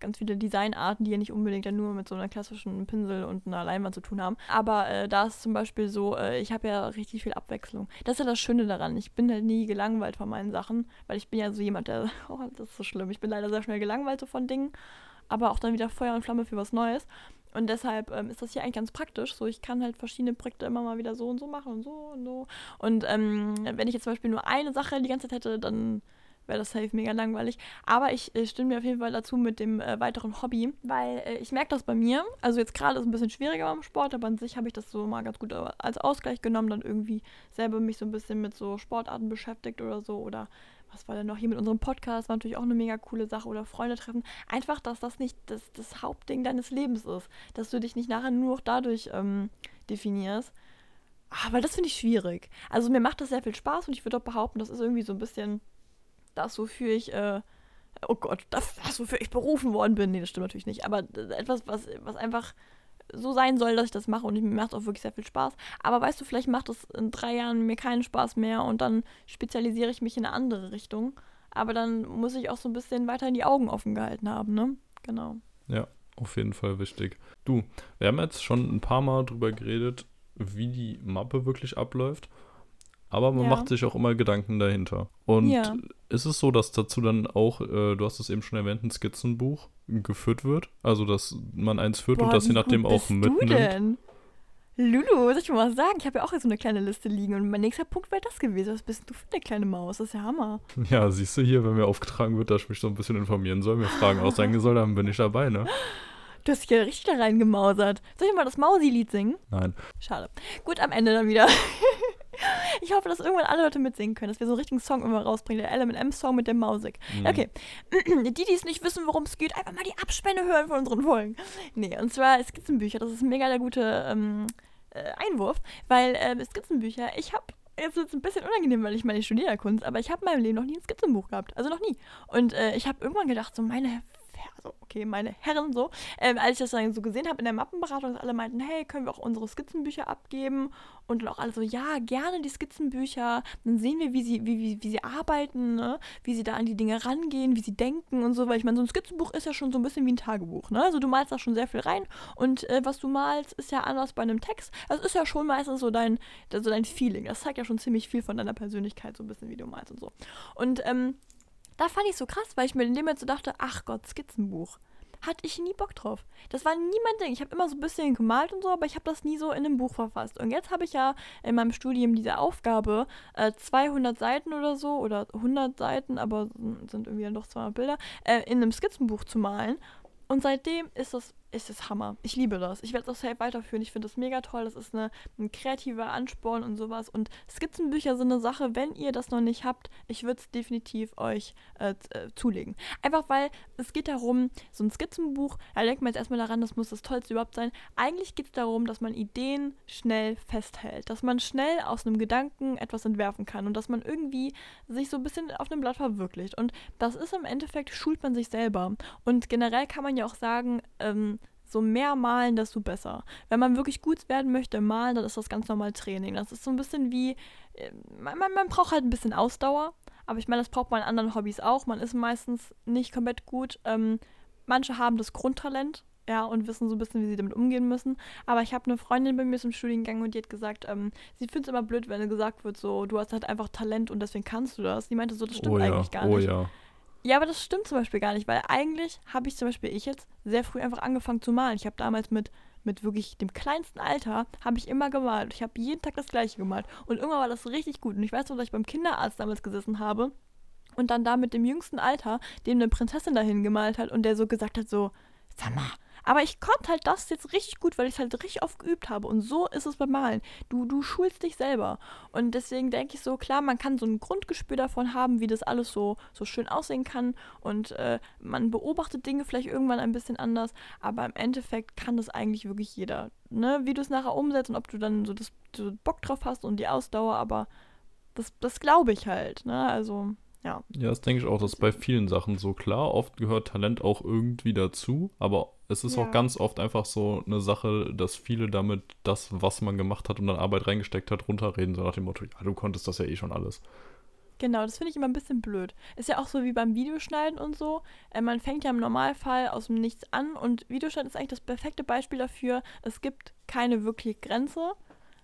ganz viele Designarten, die ja nicht unbedingt dann nur mit so einer klassischen Pinsel und einer Leinwand zu tun haben. Aber da ist zum Beispiel so, ich habe ja richtig viel Abwechslung. Das ist ja das Schöne daran. Ich bin halt nie gelangweilt von meinen Sachen, weil ich bin ja so jemand, der, oh, das ist so schlimm. Ich bin leider sehr schnell gelangweilt so von Dingen, aber auch dann wieder Feuer und Flamme für was Neues. Und deshalb ist das hier eigentlich ganz praktisch. So, ich kann halt verschiedene Projekte immer mal wieder so und so machen und so und so. Und wenn ich jetzt zum Beispiel nur eine Sache die ganze Zeit hätte, dann wäre das safe mega langweilig. Aber ich stimme mir auf jeden Fall dazu mit dem weiteren Hobby, weil ich merke das bei mir. Also jetzt gerade ist es ein bisschen schwieriger beim Sport, aber an sich habe ich das so mal ganz gut als Ausgleich genommen, dann irgendwie selber mich so ein bisschen mit so Sportarten beschäftigt oder so. Oder was war denn noch hier mit unserem Podcast? War natürlich auch eine mega coole Sache. Oder Freunde treffen. Einfach, dass das nicht das Hauptding deines Lebens ist. Dass du dich nicht nachher nur noch dadurch definierst. Aber das finde ich schwierig. Also mir macht das sehr viel Spaß und ich würde auch behaupten, das ist irgendwie so ein bisschen das, wofür ich, oh Gott, das, wofür ich berufen worden bin. Nee, das stimmt natürlich nicht. Aber etwas, was einfach so sein soll, dass ich das mache und mir macht es auch wirklich sehr viel Spaß. Aber weißt du, vielleicht macht es in 3 Jahren mir keinen Spaß mehr und dann spezialisiere ich mich in eine andere Richtung. Aber dann muss ich auch so ein bisschen weiterhin die Augen offen gehalten haben, ne? Genau. Ja, auf jeden Fall wichtig. Du, wir haben jetzt schon ein paar Mal drüber geredet, wie die Mappe wirklich abläuft. Aber man macht sich auch immer Gedanken dahinter. Und ist es so, dass dazu dann auch, du hast es eben schon erwähnt, ein Skizzenbuch geführt wird? Also, dass man eins führt und das je nachdem auch mitnimmt? Du denn? Lulu, soll ich mal was sagen? Ich habe ja auch jetzt so eine kleine Liste liegen und mein nächster Punkt wäre das gewesen. Was bist du für eine kleine Maus? Das ist ja Hammer. Ja, siehst du hier, wenn mir aufgetragen wird, dass ich mich so ein bisschen informieren soll, mir Fragen ausdenken soll, dann bin ich dabei, ne? Du hast dich ja richtig da reingemausert. Soll ich mal das Mausi-Lied singen? Nein. Schade. Gut, am Ende dann wieder. Ich hoffe, dass irgendwann alle Leute mitsingen können, dass wir so einen richtigen Song immer rausbringen. Der LMM-Song mit der Mausik. Okay. Die es nicht wissen, worum es geht, einfach mal die Abspende hören von unseren Folgen. Nee, und zwar Skizzenbücher. Das ist ein mega der gute Einwurf, weil Skizzenbücher, ich habe jetzt wird es ein bisschen unangenehm, weil ich meine, ich studiere ja Kunst, aber ich habe in meinem Leben noch nie ein Skizzenbuch gehabt. Also noch nie. Und ich habe irgendwann gedacht, so meine Herren so, als ich das dann so gesehen habe in der Mappenberatung, dass alle meinten, hey, können wir auch unsere Skizzenbücher abgeben? Und dann auch alle so, ja, gerne die Skizzenbücher. Dann sehen wir, wie sie arbeiten, ne? Wie sie da an die Dinge rangehen, wie sie denken und so, weil ich meine, so ein Skizzenbuch ist ja schon so ein bisschen wie ein Tagebuch, ne? Also du malst da schon sehr viel rein und was du malst, ist ja anders bei einem Text. Das ist ja schon meistens so dein Feeling. Das zeigt ja schon ziemlich viel von deiner Persönlichkeit, so ein bisschen, wie du malst und so. Und da fand ich so krass, weil ich mir in dem Moment so dachte, ach Gott, Skizzenbuch. Hatte ich nie Bock drauf. Das war nie mein Ding. Ich habe immer so ein bisschen gemalt und so, aber ich habe das nie so in einem Buch verfasst. Und jetzt habe ich ja in meinem Studium diese Aufgabe, 200 Seiten oder so, oder 100 Seiten, aber sind irgendwie dann doch 200 Bilder, in einem Skizzenbuch zu malen. Und seitdem ist es Hammer. Ich liebe das. Ich werde es auch safe weiterführen. Ich finde das mega toll. Das ist ein kreativer Ansporn und sowas. Und Skizzenbücher sind eine Sache, wenn ihr das noch nicht habt, ich würde es definitiv euch zulegen. Einfach weil es geht darum, so ein Skizzenbuch, da denkt man jetzt erstmal daran, das muss das Tollste überhaupt sein. Eigentlich geht es darum, dass man Ideen schnell festhält. Dass man schnell aus einem Gedanken etwas entwerfen kann und dass man irgendwie sich so ein bisschen auf einem Blatt verwirklicht. Und das ist im Endeffekt, schult man sich selber. Und generell kann man ja auch sagen, so mehr malen, desto besser. Wenn man wirklich gut werden möchte im Malen, dann ist das ganz normal Training. Das ist so ein bisschen wie, man braucht halt ein bisschen Ausdauer, aber ich meine, das braucht man in anderen Hobbys auch. Man ist meistens nicht komplett gut. Manche haben das Grundtalent, ja, und wissen so ein bisschen, wie sie damit umgehen müssen. Aber ich habe eine Freundin bei mir im Studiengang und die hat gesagt, sie findet es immer blöd, wenn gesagt wird, so, du hast halt einfach Talent und deswegen kannst du das. Die meinte so, das stimmt eigentlich gar nicht. Ja. Ja, aber das stimmt zum Beispiel gar nicht, weil eigentlich habe ich zum Beispiel jetzt sehr früh einfach angefangen zu malen. Ich habe damals mit wirklich dem kleinsten Alter, habe ich immer gemalt. Ich habe jeden Tag das Gleiche gemalt. Und irgendwann war das richtig gut. Und ich weiß noch, dass ich beim Kinderarzt damals gesessen habe und dann da mit dem jüngsten Alter, dem eine Prinzessin dahin gemalt hat und der so gesagt hat so, sag mal, aber ich konnte halt das jetzt richtig gut, weil ich es halt richtig oft geübt habe. Und so ist es beim Malen. Du schulst dich selber. Und deswegen denke ich so, klar, man kann so ein Grundgespür davon haben, wie das alles so schön aussehen kann. Und man beobachtet Dinge vielleicht irgendwann ein bisschen anders. Aber im Endeffekt kann das eigentlich wirklich jeder. Ne? Wie du es nachher umsetzt und ob du dann so Bock drauf hast und die Ausdauer. Aber das glaube ich halt. Ne? Also... Ja. Ja, das denke ich auch, das ist bei vielen Sachen so klar. Oft gehört Talent auch irgendwie dazu, aber es ist auch ganz oft einfach so eine Sache, dass viele damit das, was man gemacht hat und dann Arbeit reingesteckt hat, runterreden, so nach dem Motto, ja, du konntest das ja eh schon alles. Genau, das finde ich immer ein bisschen blöd. Ist ja auch so wie beim Videoschneiden und so. Man fängt ja im Normalfall aus dem Nichts an und Videoschneiden ist eigentlich das perfekte Beispiel dafür. Es gibt keine wirkliche Grenze,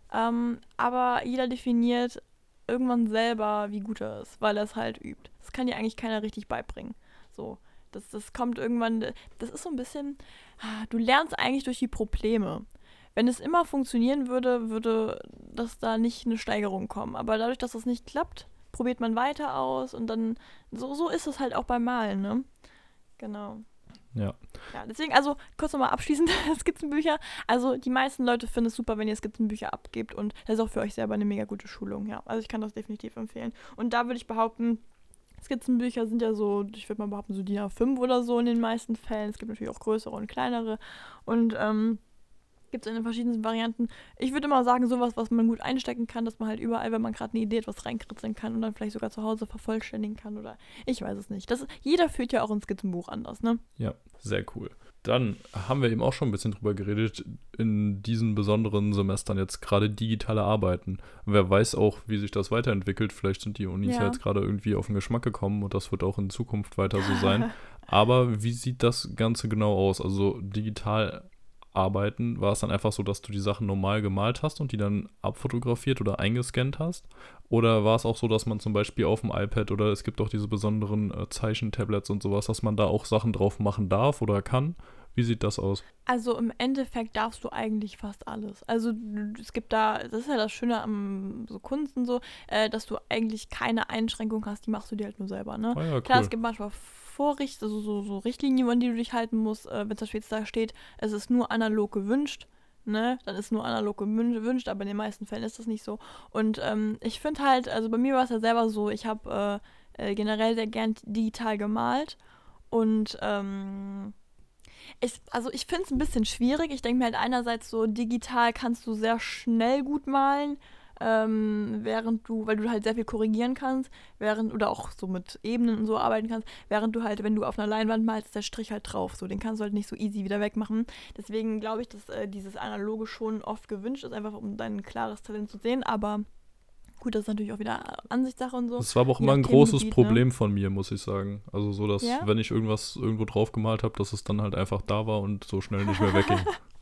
aber jeder definiert irgendwann selber, wie gut er ist, weil er es halt übt. Das kann dir eigentlich keiner richtig beibringen. So, das kommt irgendwann, das ist so ein bisschen, du lernst eigentlich durch die Probleme. Wenn es immer funktionieren würde, würde das da nicht eine Steigerung kommen. Aber dadurch, dass es nicht klappt, probiert man weiter aus und dann, so ist es halt auch beim Malen, ne? Genau. Ja. Ja, deswegen, also kurz nochmal abschließend, Skizzenbücher. Also die meisten Leute finden es super, wenn ihr Skizzenbücher abgebt und das ist auch für euch selber eine mega gute Schulung, ja. Also ich kann das definitiv empfehlen. Und da würde ich behaupten, Skizzenbücher sind ja so, ich würde mal behaupten, so DIN A5 oder so in den meisten Fällen. Es gibt natürlich auch größere und kleinere und gibt es in den verschiedensten Varianten. Ich würde immer sagen, sowas, was man gut einstecken kann, dass man halt überall, wenn man gerade eine Idee hat, was reinkritzeln kann und dann vielleicht sogar zu Hause vervollständigen kann oder ich weiß es nicht. Jeder führt ja auch ein Skizzenbuch anders, ne? Ja, sehr cool. Dann haben wir eben auch schon ein bisschen drüber geredet, in diesen besonderen Semestern jetzt gerade digitale Arbeiten. Wer weiß auch, wie sich das weiterentwickelt. Vielleicht sind die Unis ja jetzt gerade irgendwie auf den Geschmack gekommen und das wird auch in Zukunft weiter so sein. Aber wie sieht das Ganze genau aus? Also digital arbeiten, war es dann einfach so, dass du die Sachen normal gemalt hast und die dann abfotografiert oder eingescannt hast? Oder war es auch so, dass man zum Beispiel auf dem iPad oder es gibt auch diese besonderen Zeichentablets und sowas, dass man da auch Sachen drauf machen darf oder kann? Wie sieht das aus? Also im Endeffekt darfst du eigentlich fast alles. Also es gibt da, das ist ja das Schöne am so Kunst und so, dass du eigentlich keine Einschränkung hast, die machst du dir halt nur selber, ne? Ah ja, cool. Klar, es gibt manchmal also so Richtlinien, an die du dich halten musst, wenn zum Beispiel jetzt da steht, es ist nur analog gewünscht, ne? Dann ist nur analog gewünscht, aber in den meisten Fällen ist das nicht so. Und ich finde halt, also bei mir war es ja selber so, ich habe generell sehr gern digital gemalt und ich finde es ein bisschen schwierig. Ich denke mir halt einerseits so, digital kannst du sehr schnell gut malen, weil du halt sehr viel korrigieren kannst, oder auch so mit Ebenen und so arbeiten kannst, während du halt, wenn du auf einer Leinwand malst, ist der Strich halt drauf. So, den kannst du halt nicht so easy wieder wegmachen. Deswegen glaube ich, dass dieses Analoge schon oft gewünscht ist, einfach um dein klares Talent zu sehen, aber gut, das ist natürlich auch wieder Ansichtssache und so. Das war aber auch Je immer ein nach großes Themengebiet, Problem von mir, muss ich sagen. Also so, dass Ja? wenn ich irgendwas irgendwo drauf gemalt habe, dass es dann halt einfach da war und so schnell nicht mehr wegging.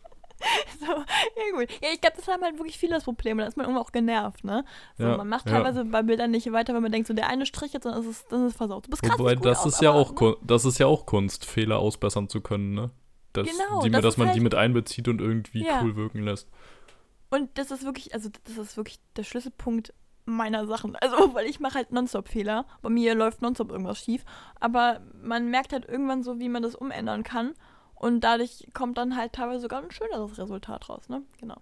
So, ja gut. Ja, ich glaube, das haben halt wirklich viele das Problem. Da ist man irgendwann auch genervt, ne? So, Ja, man macht ja. teilweise bei Bildern nicht weiter, wenn man denkt, so der eine Strich jetzt, dann ist es versaut. Du bist krass Wobei, nicht gut das aus, ist ja aber, auch ne? das ist ja auch Kunst, Fehler ausbessern zu können, ne? Genau, Dass ist man die halt, mit einbezieht und irgendwie ja. cool wirken lässt. Und das ist wirklich der Schlüsselpunkt meiner Sachen. Also, weil ich mache halt nonstop Fehler. Bei mir läuft nonstop irgendwas schief. Aber man merkt halt irgendwann so, wie man das umändern kann. Und dadurch kommt dann halt teilweise sogar ein schöneres Resultat raus, ne? Genau.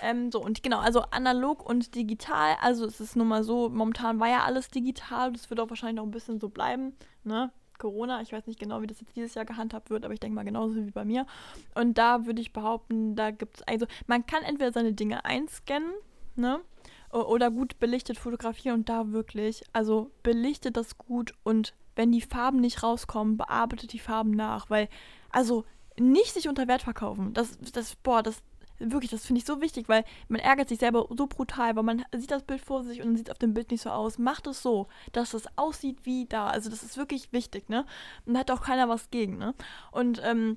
Also analog und digital. Also es ist nun mal so, momentan war ja alles digital. Das wird auch wahrscheinlich noch ein bisschen so bleiben, ne? Corona, ich weiß nicht genau, wie das jetzt dieses Jahr gehandhabt wird, aber ich denke mal genauso wie bei mir. Und da würde ich behaupten, da gibt es, also man kann entweder seine Dinge einscannen, ne? Oder gut belichtet fotografieren und da wirklich, also belichtet das gut und wenn die Farben nicht rauskommen, bearbeitet die Farben nach, weil, also nicht sich unter Wert verkaufen, das wirklich, das finde ich so wichtig, weil man ärgert sich selber so brutal, weil man sieht das Bild vor sich und dann sieht es auf dem Bild nicht so aus. Macht es so, dass es aussieht wie da, also das ist wirklich wichtig, ne? Und da hat auch keiner was gegen, ne? Und,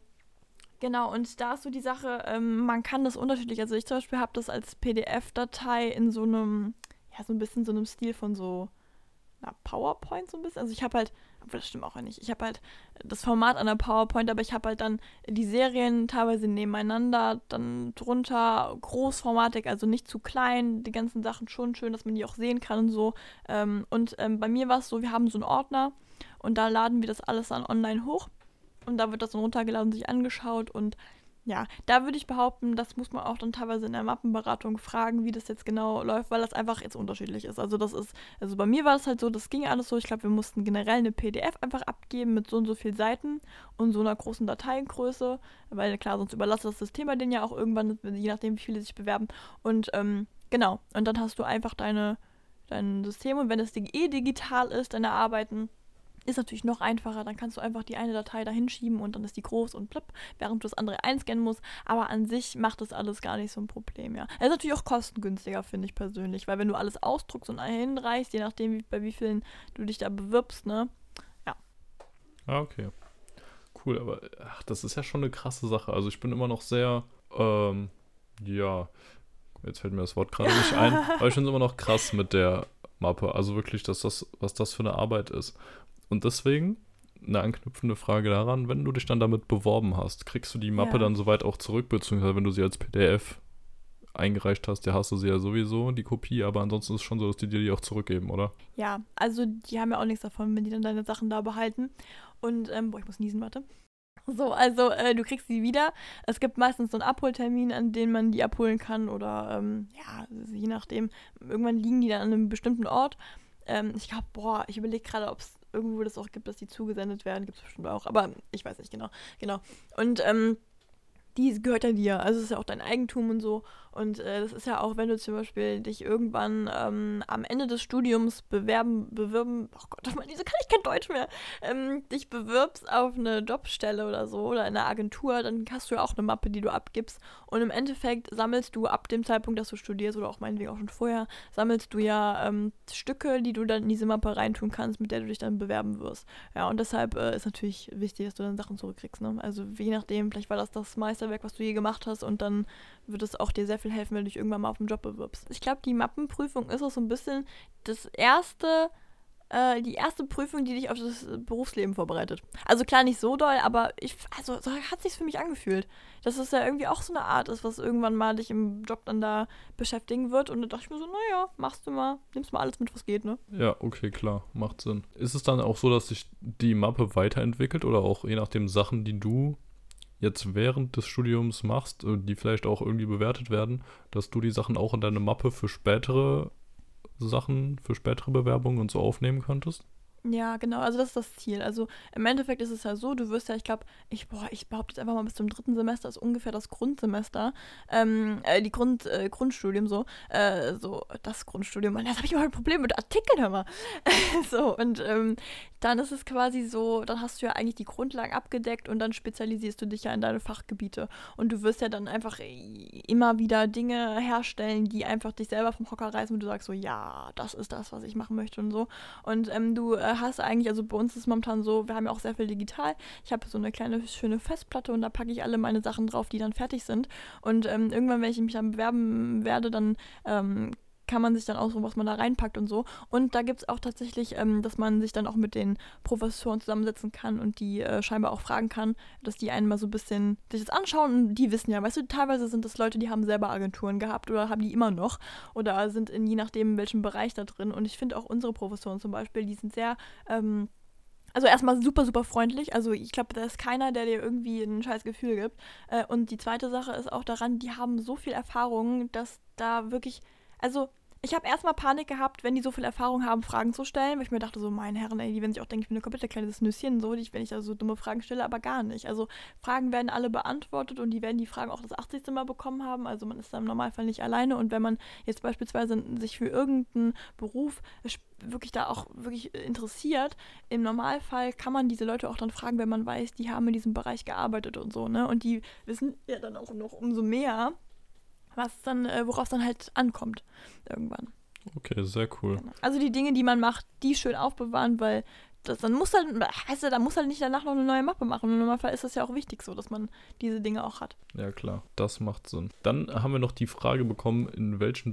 genau, und da ist so die Sache, man kann das unterschiedlich, also ich zum Beispiel habe das als PDF-Datei in so einem, ja, so ein bisschen so einem Stil von so einer PowerPoint so ein bisschen. Also ich habe halt, obwohl das stimmt auch nicht, ich habe halt das Format einer PowerPoint, aber ich habe halt dann die Serien teilweise nebeneinander, dann drunter großformatig, also nicht zu klein, die ganzen Sachen schon schön, dass man die auch sehen kann und so. Bei mir war es so, wir haben so einen Ordner und da laden wir das alles dann online hoch. Und da wird das dann runtergeladen, sich angeschaut und ja, da würde ich behaupten, das muss man auch dann teilweise in der Mappenberatung fragen, wie das jetzt genau läuft, weil das einfach jetzt unterschiedlich ist. Also bei mir war das halt so, das ging alles so, ich glaube, wir mussten generell eine PDF einfach abgeben mit so und so vielen Seiten und so einer großen Dateiengröße, weil klar, sonst überlasst das System bei denen ja auch irgendwann, je nachdem, wie viele sich bewerben. Und genau, und dann hast du einfach dein System und wenn es digital ist, deine Arbeiten, ist natürlich noch einfacher, dann kannst du einfach die eine Datei da hinschieben und dann ist die groß und blipp, während du das andere einscannen musst, aber an sich macht das alles gar nicht so ein Problem, ja. Es ist natürlich auch kostengünstiger, finde ich persönlich, weil wenn du alles ausdruckst und hinreichst, je nachdem, bei wie vielen du dich da bewirbst, ne, ja. Ah, okay. Cool, aber das ist ja schon eine krasse Sache. Also ich bin immer noch sehr, ja, jetzt fällt mir das Wort gerade nicht ein, aber ich finde es immer noch krass mit der Mappe. Also wirklich, was das für eine Arbeit ist. Und deswegen eine anknüpfende Frage daran, wenn du dich dann damit beworben hast, kriegst du die Mappe Ja. dann soweit auch zurück, beziehungsweise wenn du sie als PDF eingereicht hast, ja, hast du sie ja sowieso, die Kopie, aber ansonsten ist es schon so, dass die dir die auch zurückgeben, oder? Ja, also die haben ja auch nichts davon, wenn die dann deine Sachen da behalten. Und, boah, ich muss niesen, warte. So, also du kriegst sie wieder. Es gibt meistens so einen Abholtermin, an dem man die abholen kann oder ja, je nachdem. Irgendwann liegen die dann an einem bestimmten Ort. Ich glaube, ich überlege gerade, ob es irgendwo das auch gibt, dass die zugesendet werden. Gibt es bestimmt auch, aber ich weiß nicht genau. Und die gehört ja dir. Also es ist ja auch dein Eigentum und so. Und das ist ja auch, wenn du zum Beispiel dich irgendwann am Ende des Studiums bewirben, oh Gott, wieso kann ich kein Deutsch mehr, dich bewirbst auf eine Jobstelle oder so oder in einer Agentur, dann hast du ja auch eine Mappe, die du abgibst. Und im Endeffekt sammelst du ab dem Zeitpunkt, dass du studierst oder auch meinetwegen auch schon vorher, sammelst du ja Stücke, die du dann in diese Mappe reintun kannst, mit der du dich dann bewerben wirst. Ja, und deshalb ist natürlich wichtig, dass du dann Sachen zurückkriegst. Ne? Also je nachdem, vielleicht war das Meisterwerk, was du je gemacht hast und dann wird es auch dir sehr viel helfen, wenn du dich irgendwann mal auf einen Job bewirbst. Ich glaube, die Mappenprüfung ist auch so ein bisschen die erste Prüfung, die dich auf das Berufsleben vorbereitet. Also klar, nicht so doll, aber so hat sich's für mich angefühlt. Dass es ja irgendwie auch so eine Art ist, was irgendwann mal dich im Job dann da beschäftigen wird. Und da dachte ich mir so, naja, machst du mal, nimmst mal alles mit, was geht, ne? Ja, okay, klar, macht Sinn. Ist es dann auch so, dass sich die Mappe weiterentwickelt oder auch je nachdem Sachen, die du jetzt während des Studiums machst, die vielleicht auch irgendwie bewertet werden, dass du die Sachen auch in deine Mappe für spätere Sachen, für spätere Bewerbungen und so aufnehmen könntest? Ja, genau, also das ist das Ziel. Also im Endeffekt ist es ja so, du wirst ja, ich glaube, ich behaupte jetzt einfach mal, bis zum 3. Semester ist ungefähr das Grundsemester, Grundstudium so das Grundstudium, Mann, jetzt habe ich immer ein Problem mit Artikeln, hör mal. So, und dann ist es quasi so, dann hast du ja eigentlich die Grundlagen abgedeckt und dann spezialisierst du dich ja in deine Fachgebiete. Und du wirst ja dann einfach immer wieder Dinge herstellen, die einfach dich selber vom Hocker reißen und du sagst so, ja, das ist das, was ich machen möchte und so. Und du hast eigentlich, also bei uns ist es momentan so, wir haben ja auch sehr viel digital. Ich habe so eine kleine, schöne Festplatte und da packe ich alle meine Sachen drauf, die dann fertig sind. Und irgendwann, wenn ich mich dann bewerben werde, dann kann man sich dann aussuchen, was man da reinpackt und so. Und da gibt es auch tatsächlich, dass man sich dann auch mit den Professoren zusammensetzen kann und die scheinbar auch fragen kann, dass die einen mal so ein bisschen sich das anschauen und die wissen ja, weißt du, teilweise sind das Leute, die haben selber Agenturen gehabt oder haben die immer noch oder sind je nachdem in welchem Bereich da drin. Und ich finde auch unsere Professoren zum Beispiel, die sind sehr also erstmal super, super freundlich. Also ich glaube, da ist keiner, der dir irgendwie ein scheiß Gefühl gibt. Und die zweite Sache ist auch daran, die haben so viel Erfahrung, dass da wirklich, also ich habe erstmal Panik gehabt, wenn die so viel Erfahrung haben, Fragen zu stellen, weil ich mir dachte so, meine Herren, ey, die werden sich auch denken, ich bin ein komplett kleines Nüsschen, so, wenn ich da so dumme Fragen stelle, aber gar nicht. Also Fragen werden alle beantwortet und die werden die Fragen auch das 80. Mal bekommen haben, also man ist da im Normalfall nicht alleine und wenn man jetzt beispielsweise sich für irgendeinen Beruf wirklich da auch wirklich interessiert, im Normalfall kann man diese Leute auch dann fragen, wenn man weiß, die haben in diesem Bereich gearbeitet und so, ne, und die wissen ja dann auch noch umso mehr, worauf es dann halt ankommt irgendwann. Okay, sehr cool. Genau. Also die Dinge, die man macht, die schön aufbewahren, weil dann muss halt, da muss halt nicht danach noch eine neue Mappe machen. Im Normalfall ist das ja auch wichtig so, dass man diese Dinge auch hat. Ja, klar, das macht Sinn. Dann haben wir noch die Frage bekommen, in welche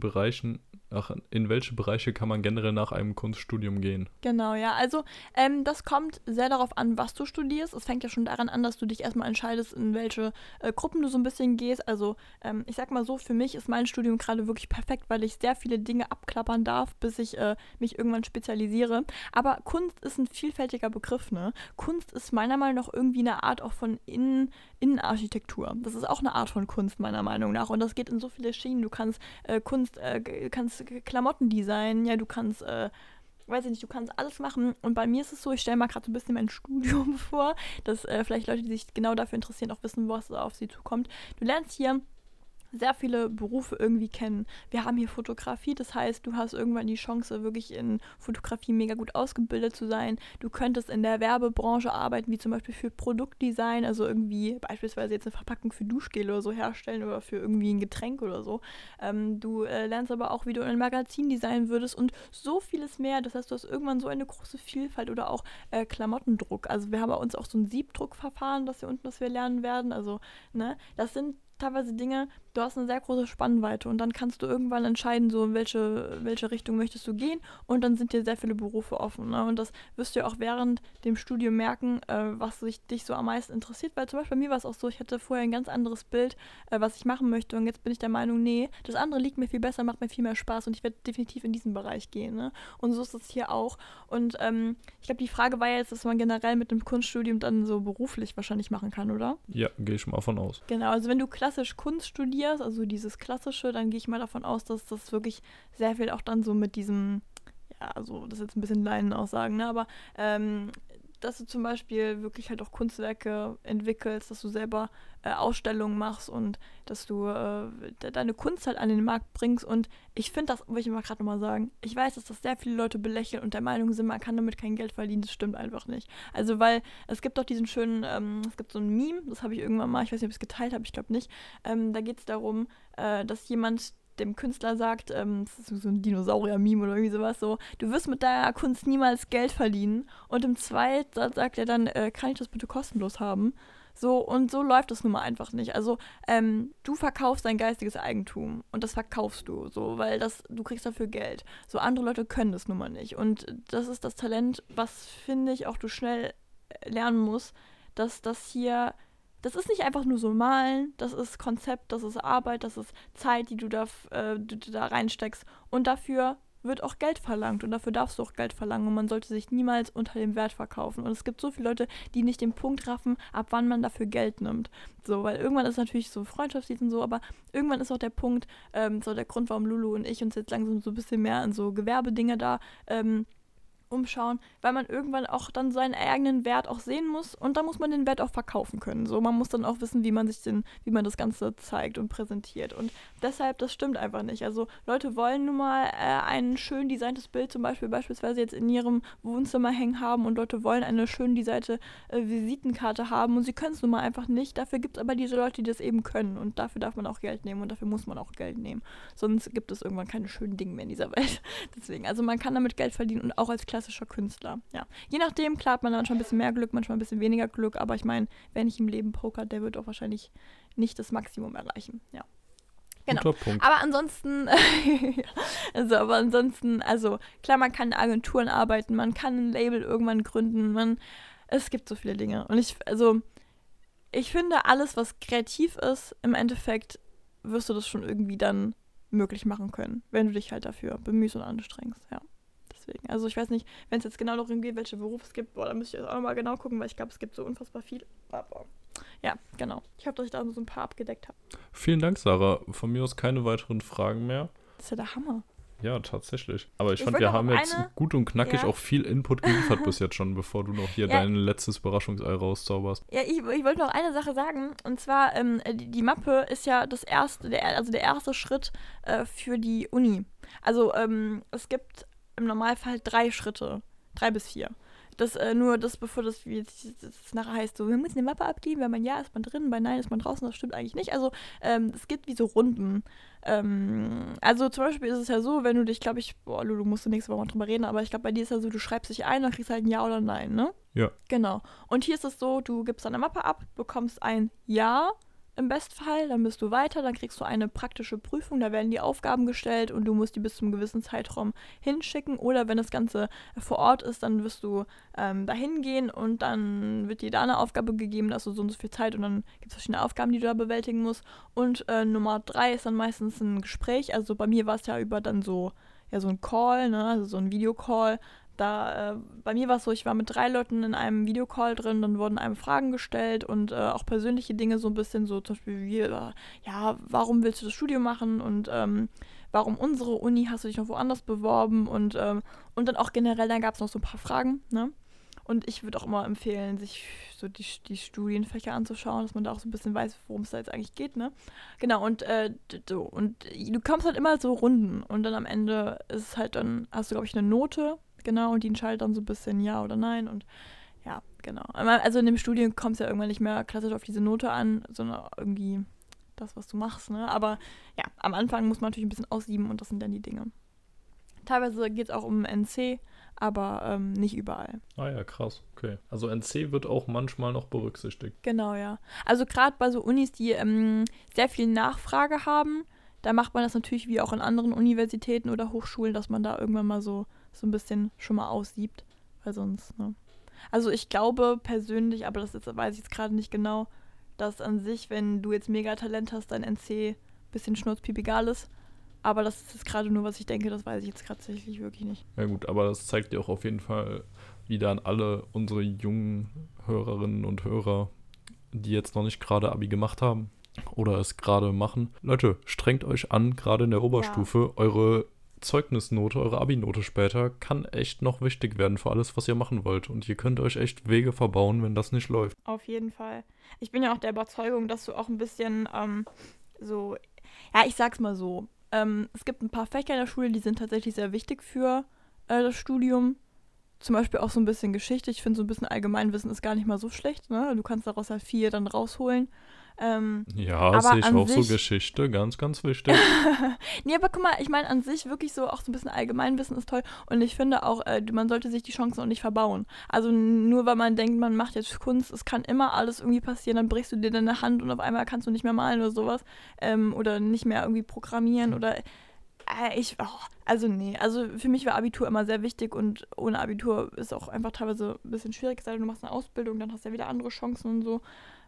Bereiche kann man generell nach einem Kunststudium gehen? Genau, ja. Also das kommt sehr darauf an, was du studierst. Es fängt ja schon daran an, dass du dich erstmal entscheidest, in welche Gruppen du so ein bisschen gehst. Also ich sag mal so, für mich ist mein Studium gerade wirklich perfekt, weil ich sehr viele Dinge abklappern darf, bis ich mich irgendwann spezialisiere. Aber Kunst ist ein vielfältiger Begriff, ne? Kunst ist meiner Meinung nach irgendwie eine Art auch von Innenarchitektur. Das ist auch eine Art von Kunst, meiner Meinung nach. Und das geht in so viele Schienen. Du kannst kannst Klamotten designen, ja, du kannst, weiß ich nicht, du kannst alles machen. Und bei mir ist es so, ich stelle mal gerade so ein bisschen mein Studium vor, dass vielleicht Leute, die sich genau dafür interessieren, auch wissen, was auf sie zukommt. Du lernst hier sehr viele Berufe irgendwie kennen. Wir haben hier Fotografie, das heißt, du hast irgendwann die Chance, wirklich in Fotografie mega gut ausgebildet zu sein. Du könntest in der Werbebranche arbeiten, wie zum Beispiel für Produktdesign, also irgendwie beispielsweise jetzt eine Verpackung für Duschgel oder so herstellen oder für irgendwie ein Getränk oder so. Du lernst aber auch, wie du ein Magazin designen würdest und so vieles mehr. Das heißt, du hast irgendwann so eine große Vielfalt oder auch Klamottendruck. Also wir haben bei uns auch so ein Siebdruckverfahren, das wir lernen werden. Also, ne, das sind teilweise Dinge, du hast eine sehr große Spannweite und dann kannst du irgendwann entscheiden, so in welche Richtung möchtest du gehen und dann sind dir sehr viele Berufe offen. Ne? Und das wirst du ja auch während dem Studium merken, was dich so am meisten interessiert, weil zum Beispiel bei mir war es auch so, ich hatte vorher ein ganz anderes Bild, was ich machen möchte und jetzt bin ich der Meinung, nee, das andere liegt mir viel besser, macht mir viel mehr Spaß und ich werde definitiv in diesen Bereich gehen. Ne? Und so ist es hier auch und ich glaube, die Frage war ja jetzt, dass man generell mit einem Kunststudium dann so beruflich wahrscheinlich machen kann, oder? Ja, gehe ich mal von aus. Genau, also wenn du klassisch Kunst studierst, also dieses Klassische, dann gehe ich mal davon aus, dass das wirklich sehr viel auch dann so mit diesem, ja, also das ist jetzt ein bisschen Laienaussagen, ne, aber dass du zum Beispiel wirklich halt auch Kunstwerke entwickelst, dass du selber Ausstellungen machst und dass du deine Kunst halt an den Markt bringst und ich finde das, will ich mal gerade nochmal sagen, ich weiß, dass das sehr viele Leute belächeln und der Meinung sind, man kann damit kein Geld verdienen, das stimmt einfach nicht. Also weil es gibt doch diesen schönen, es gibt so ein Meme, das habe ich irgendwann mal, ich weiß nicht, ob ich es geteilt habe, ich glaube nicht, da geht es darum, dass jemand dem Künstler sagt, das ist so ein Dinosaurier-Meme oder irgendwie sowas, so, du wirst mit deiner Kunst niemals Geld verdienen und im zweiten Satz sagt er dann, kann ich das bitte kostenlos haben? So, und so läuft das nun mal einfach nicht. Also, du verkaufst dein geistiges Eigentum und das verkaufst du, so, weil du kriegst dafür Geld. So, andere Leute können das nun mal nicht. Und das ist das Talent, was, finde ich, auch du schnell lernen musst, dass das ist nicht einfach nur so malen, das ist Konzept, das ist Arbeit, das ist Zeit, die du da reinsteckst. Und dafür wird auch Geld verlangt und dafür darfst du auch Geld verlangen und man sollte sich niemals unter dem Wert verkaufen. Und es gibt so viele Leute, die nicht den Punkt raffen, ab wann man dafür Geld nimmt. So, weil irgendwann ist natürlich so Freundschaftsdienst und so, aber irgendwann ist auch der Punkt, so der Grund, warum Lulu und ich uns jetzt langsam so ein bisschen mehr an so Gewerbedinge da umschauen, weil man irgendwann auch dann seinen eigenen Wert auch sehen muss und da muss man den Wert auch verkaufen können. So, man muss dann auch wissen, wie man das Ganze zeigt und präsentiert und deshalb, das stimmt einfach nicht. Also Leute wollen nun mal ein schön designtes Bild beispielsweise jetzt in ihrem Wohnzimmer hängen haben und Leute wollen eine schön designte Visitenkarte haben und sie können es nun mal einfach nicht. Dafür gibt es aber diese Leute, die das eben können und dafür darf man auch Geld nehmen und dafür muss man auch Geld nehmen. Sonst gibt es irgendwann keine schönen Dinge mehr in dieser Welt. Deswegen, also man kann damit Geld verdienen und auch als klassischer Künstler. Ja. Je nachdem, klar hat man manchmal ein bisschen mehr Glück, manchmal ein bisschen weniger Glück, aber ich meine, wer nicht im Leben pokert, der wird auch wahrscheinlich nicht das Maximum erreichen. Ja. Genau. Guter Punkt. Aber ansonsten, also klar, man kann in Agenturen arbeiten, man kann ein Label irgendwann gründen, es gibt so viele Dinge. Und ich finde, alles, was kreativ ist, im Endeffekt wirst du das schon irgendwie dann möglich machen können, wenn du dich halt dafür bemühst und anstrengst, ja. Deswegen. Also ich weiß nicht, wenn es jetzt genau darum geht, welche Berufe es gibt, da müsste ich jetzt auch nochmal genau gucken, weil ich glaube, es gibt so unfassbar viel. Aber ja, genau. Ich hoffe, dass ich da so ein paar abgedeckt habe. Vielen Dank, Sarah. Von mir aus keine weiteren Fragen mehr. Das ist ja der Hammer. Ja, tatsächlich. Aber ich fand, wir haben jetzt gut und knackig auch viel Input geliefert bis jetzt schon, bevor du noch hier dein letztes Überraschungsei rauszauberst. Ja, ich wollte noch eine Sache sagen. Und zwar, die Mappe ist ja der erste Schritt für die Uni. Also es gibt im Normalfall 3 Schritte. 3 bis 4. Bevor das nachher heißt, so, wir müssen eine Mappe abgeben, bei ja ist man drin, bei nein ist man draußen, das stimmt eigentlich nicht. Also, es gibt wie so Runden. Also zum Beispiel ist es ja so, wenn du dich, glaube ich, Lulu, musst du nächste Woche mal drüber reden, aber ich glaube, bei dir ist ja so, du schreibst dich ein, dann kriegst halt ein Ja oder Nein, ne? Ja. Genau. Und hier ist es so, du gibst deine Mappe ab, bekommst ein Ja, im Bestfall, dann bist du weiter, dann kriegst du eine praktische Prüfung, da werden die Aufgaben gestellt und du musst die bis zum gewissen Zeitraum hinschicken oder wenn das Ganze vor Ort ist, dann wirst du dahin gehen und dann wird dir da eine Aufgabe gegeben, also so und so viel Zeit und dann gibt es verschiedene Aufgaben, die du da bewältigen musst und Nummer 3 ist dann meistens ein Gespräch, also bei mir war es ja über dann so ein Call, ne, also so ein Videocall. Bei mir war es so, ich war mit 3 Leuten in einem Videocall drin, dann wurden einem Fragen gestellt und auch persönliche Dinge so ein bisschen so, zum Beispiel wie, warum willst du das Studium machen und warum unsere Uni, hast du dich noch woanders beworben und dann auch generell, dann gab es noch so ein paar Fragen, ne? Und ich würde auch immer empfehlen, sich so die Studienfächer anzuschauen, dass man da auch so ein bisschen weiß, worum es da jetzt eigentlich geht, ne? Genau, und so. Und du kommst halt immer so Runden und dann am Ende ist es halt dann, hast du, glaube ich, eine Note, genau, und die entscheidet dann so ein bisschen ja oder nein und ja, genau. Also in dem Studium kommt es ja irgendwann nicht mehr klassisch auf diese Note an, sondern irgendwie das, was du machst, ne? Aber ja, am Anfang muss man natürlich ein bisschen aussieben und das sind dann die Dinge. Teilweise geht es auch um NC, aber nicht überall. Ah ja, krass. Okay. Also NC wird auch manchmal noch berücksichtigt. Genau, ja. Also gerade bei so Unis, die sehr viel Nachfrage haben, da macht man das natürlich wie auch in anderen Universitäten oder Hochschulen, dass man da irgendwann mal so ein bisschen schon mal aussiebt, weil sonst, ne? Also ich glaube persönlich, aber weiß ich jetzt gerade nicht genau, dass an sich, wenn du jetzt Megatalent hast, dein NC ein bisschen schnurzpiepegal ist. Aber das ist jetzt gerade nur, was ich denke, das weiß ich jetzt tatsächlich wirklich nicht. Ja gut, aber das zeigt dir auch auf jeden Fall wieder an alle unsere jungen Hörerinnen und Hörer, die jetzt noch nicht gerade Abi gemacht haben oder es gerade machen. Leute, strengt euch an, gerade in der Oberstufe. Ja. Eure Zeugnisnote, eure Abi-Note später kann echt noch wichtig werden für alles, was ihr machen wollt. Und ihr könnt euch echt Wege verbauen, wenn das nicht läuft. Auf jeden Fall. Ich bin ja auch der Überzeugung, dass du auch ein bisschen ja, ich sag's mal so, es gibt ein paar Fächer in der Schule, die sind tatsächlich sehr wichtig für das Studium. Zum Beispiel auch so ein bisschen Geschichte. Ich finde, so ein bisschen Allgemeinwissen ist gar nicht mal so schlecht. Ne? Du kannst daraus halt viel dann rausholen. Ja, sehe ich auch so Geschichte, ganz, ganz wichtig. Nee, aber guck mal, ich meine an sich wirklich so auch so ein bisschen Allgemeinwissen ist toll und ich finde auch, man sollte sich die Chancen auch nicht verbauen. Also nur weil man denkt, man macht jetzt Kunst, es kann immer alles irgendwie passieren, dann brichst du dir deine Hand und auf einmal kannst du nicht mehr malen oder sowas oder nicht mehr irgendwie programmieren oder also nee, also für mich war Abitur immer sehr wichtig und ohne Abitur ist auch einfach teilweise ein bisschen schwierig, sei denn du machst eine Ausbildung, dann hast du ja wieder andere Chancen und so.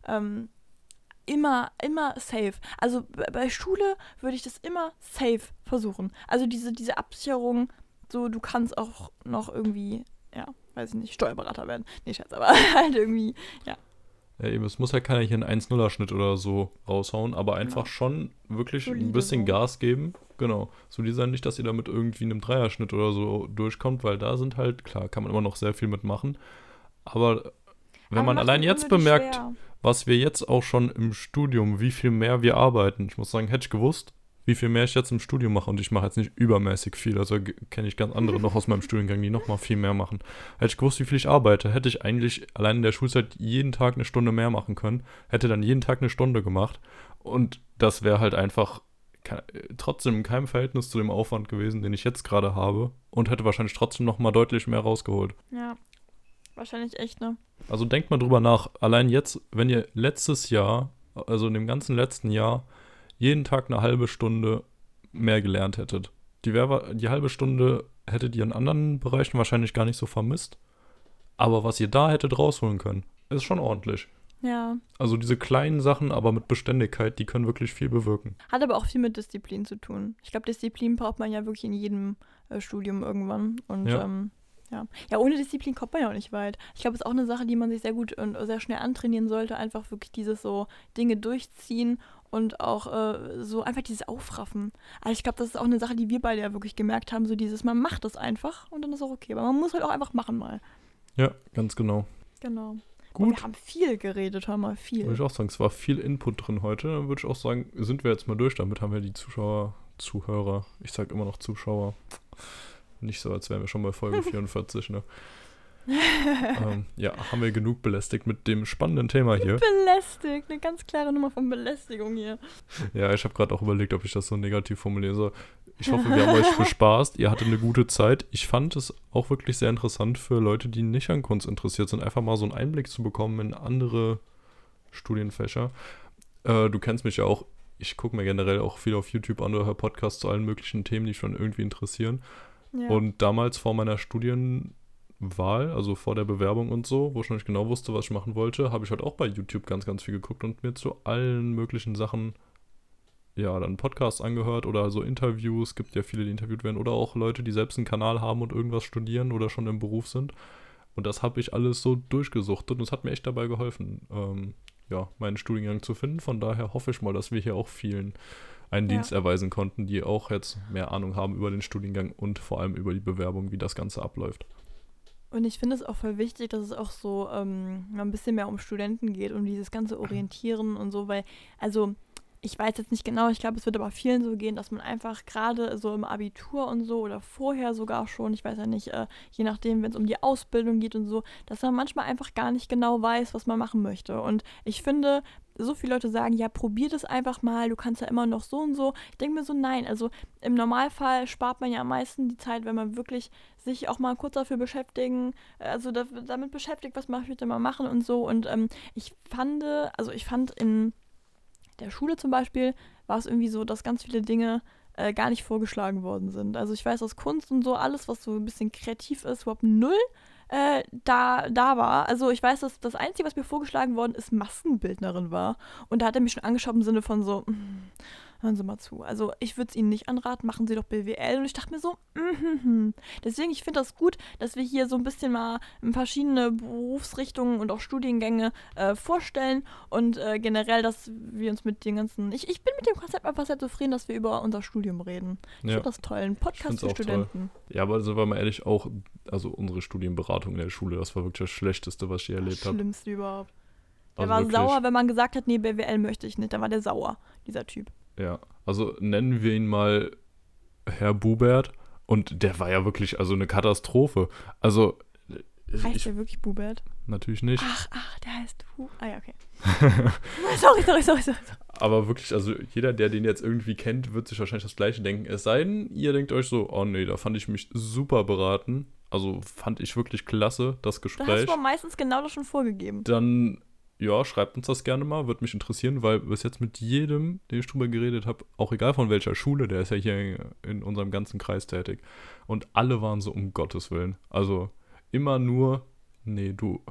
Immer safe. Also bei Schule würde ich das immer safe versuchen. Also diese Absicherung, so du kannst auch noch irgendwie, ja, weiß ich nicht, Steuerberater werden. Nee, Scherz, aber halt irgendwie, ja. Ja, eben, es muss ja keiner hier einen 1-0er-Schnitt oder so raushauen, aber einfach schon wirklich solide, ein bisschen so Gas geben. Genau. Solide sein, nicht, dass ihr da mit irgendwie einem Dreierschnitt oder so durchkommt, weil da sind halt, klar, kann man immer noch sehr viel mitmachen. Aber wenn man allein jetzt bemerkt, was wir jetzt auch schon im Studium, wie viel mehr wir arbeiten. Ich muss sagen, hätte ich gewusst, wie viel mehr ich jetzt im Studium mache. Und ich mache jetzt nicht übermäßig viel. Also kenne ich ganz andere noch aus meinem Studiengang, die noch mal viel mehr machen. Hätte ich gewusst, wie viel ich arbeite, hätte ich eigentlich allein in der Schulzeit jeden Tag eine Stunde mehr machen können. Hätte dann jeden Tag eine Stunde gemacht. Und das wäre halt einfach trotzdem in keinem Verhältnis zu dem Aufwand gewesen, den ich jetzt gerade habe. Und hätte wahrscheinlich trotzdem noch mal deutlich mehr rausgeholt. Ja. Wahrscheinlich echt, ne? Also denkt mal drüber nach. Allein jetzt, wenn ihr letztes Jahr, also in dem ganzen letzten Jahr, jeden Tag eine halbe Stunde mehr gelernt hättet. Die halbe Stunde hättet ihr in anderen Bereichen wahrscheinlich gar nicht so vermisst. Aber was ihr da hättet rausholen können, ist schon ordentlich. Ja. Also diese kleinen Sachen, aber mit Beständigkeit, die können wirklich viel bewirken. Hat aber auch viel mit Disziplin zu tun. Ich glaube, Disziplin braucht man ja wirklich in jedem Studium irgendwann. Und ja, ohne Disziplin kommt man ja auch nicht weit. Ich glaube, es ist auch eine Sache, die man sich sehr gut und sehr schnell antrainieren sollte. Einfach wirklich dieses so Dinge durchziehen und auch so einfach dieses Aufraffen. Also ich glaube, das ist auch eine Sache, die wir beide ja wirklich gemerkt haben. So dieses, man macht das einfach und dann ist auch okay. Aber man muss halt auch einfach machen mal. Ja, ganz genau. Genau. Gut. Und wir haben viel geredet, hör mal, viel. Würde ich auch sagen, es war viel Input drin heute. Dann würde ich auch sagen, sind wir jetzt mal durch. Damit haben wir die Zuhörer. Ich sage immer noch Zuschauer. Nicht so, als wären wir schon bei Folge 44, ne? Ja, haben wir genug belästigt mit dem spannenden Thema hier. Belästigt, eine ganz klare Nummer von Belästigung hier. Ja, ich habe gerade auch überlegt, ob ich das so negativ formuliere. So, ich hoffe, wir haben euch bespaßt. Ihr hattet eine gute Zeit. Ich fand es auch wirklich sehr interessant für Leute, die nicht an Kunst interessiert sind, einfach mal so einen Einblick zu bekommen in andere Studienfächer. Du kennst mich ja auch. Ich gucke mir generell auch viel auf YouTube an oder höre Podcasts zu allen möglichen Themen, die mich schon irgendwie interessieren. Ja. Und damals vor meiner Studienwahl, also vor der Bewerbung und so, wo ich noch nicht genau wusste, was ich machen wollte, habe ich halt auch bei YouTube ganz, ganz viel geguckt und mir zu allen möglichen Sachen, ja, dann Podcasts angehört oder so Interviews. Es gibt ja viele, die interviewt werden oder auch Leute, die selbst einen Kanal haben und irgendwas studieren oder schon im Beruf sind. Und das habe ich alles so durchgesuchtet und es hat mir echt dabei geholfen, meinen Studiengang zu finden. Von daher hoffe ich mal, dass wir hier auch vielen einen Dienst erweisen konnten, die auch jetzt mehr Ahnung haben über den Studiengang und vor allem über die Bewerbung, wie das Ganze abläuft. Und ich finde es auch voll wichtig, dass es auch so mal ein bisschen mehr um Studenten geht, um dieses ganze Orientieren und so, weil, also ich weiß jetzt nicht genau, ich glaube, es wird aber vielen so gehen, dass man einfach gerade so im Abitur und so oder vorher sogar schon, ich weiß ja nicht, je nachdem, wenn es um die Ausbildung geht und so, dass man manchmal einfach gar nicht genau weiß, was man machen möchte. Und ich finde, so viele Leute sagen, ja, probier das einfach mal, du kannst ja immer noch so und so. Ich denke mir so, nein, also im Normalfall spart man ja am meisten die Zeit, wenn man wirklich sich auch mal kurz dafür beschäftigen, also damit beschäftigt, was möchte ich denn mal machen und so. Und ich fand in der Schule zum Beispiel war es irgendwie so, dass ganz viele Dinge gar nicht vorgeschlagen worden sind. Also ich weiß, dass Kunst und so, alles, was so ein bisschen kreativ ist, überhaupt null da war. Also ich weiß, dass das Einzige, was mir vorgeschlagen worden ist, Maskenbildnerin war. Und da hat er mich schon angeschaut im Sinne von so, hören Sie mal zu. Also ich würde es Ihnen nicht anraten, machen Sie doch BWL. Und ich dachte mir so, Deswegen, ich finde das gut, dass wir hier so ein bisschen mal verschiedene Berufsrichtungen und auch Studiengänge vorstellen und generell, dass wir uns mit den ganzen, ich bin mit dem Konzept einfach sehr zufrieden, dass wir über unser Studium reden. Ich finde das toll, ein Podcast für Studenten. Toll. Ja, aber sind wir mal ehrlich, auch, also unsere Studienberatung in der Schule, das war wirklich das Schlechteste, was ich je erlebt habe. Das Schlimmste überhaupt. Der Also war wirklich, sauer, wenn man gesagt hat, nee, BWL möchte ich nicht. Da war der sauer, dieser Typ. ja, also nennen wir ihn mal Herr Bubert. Und der war ja wirklich also eine Katastrophe. Also Heißt der wirklich Bubert? Natürlich nicht. Ach, der heißt Ah ja, okay. sorry. Aber wirklich, also jeder, der den jetzt irgendwie kennt, wird sich wahrscheinlich das Gleiche denken. Es sei denn, ihr denkt euch so, oh nee, da fand ich mich super beraten. Also fand ich wirklich klasse, das Gespräch. Da hast du aber meistens genau das schon vorgegeben. Dann, ja, schreibt uns das gerne mal, würde mich interessieren, weil bis jetzt mit jedem, den ich drüber geredet habe, auch egal von welcher Schule, der ist ja hier in unserem ganzen Kreis tätig. Und alle waren so, um Gottes Willen. Also immer nur, nee,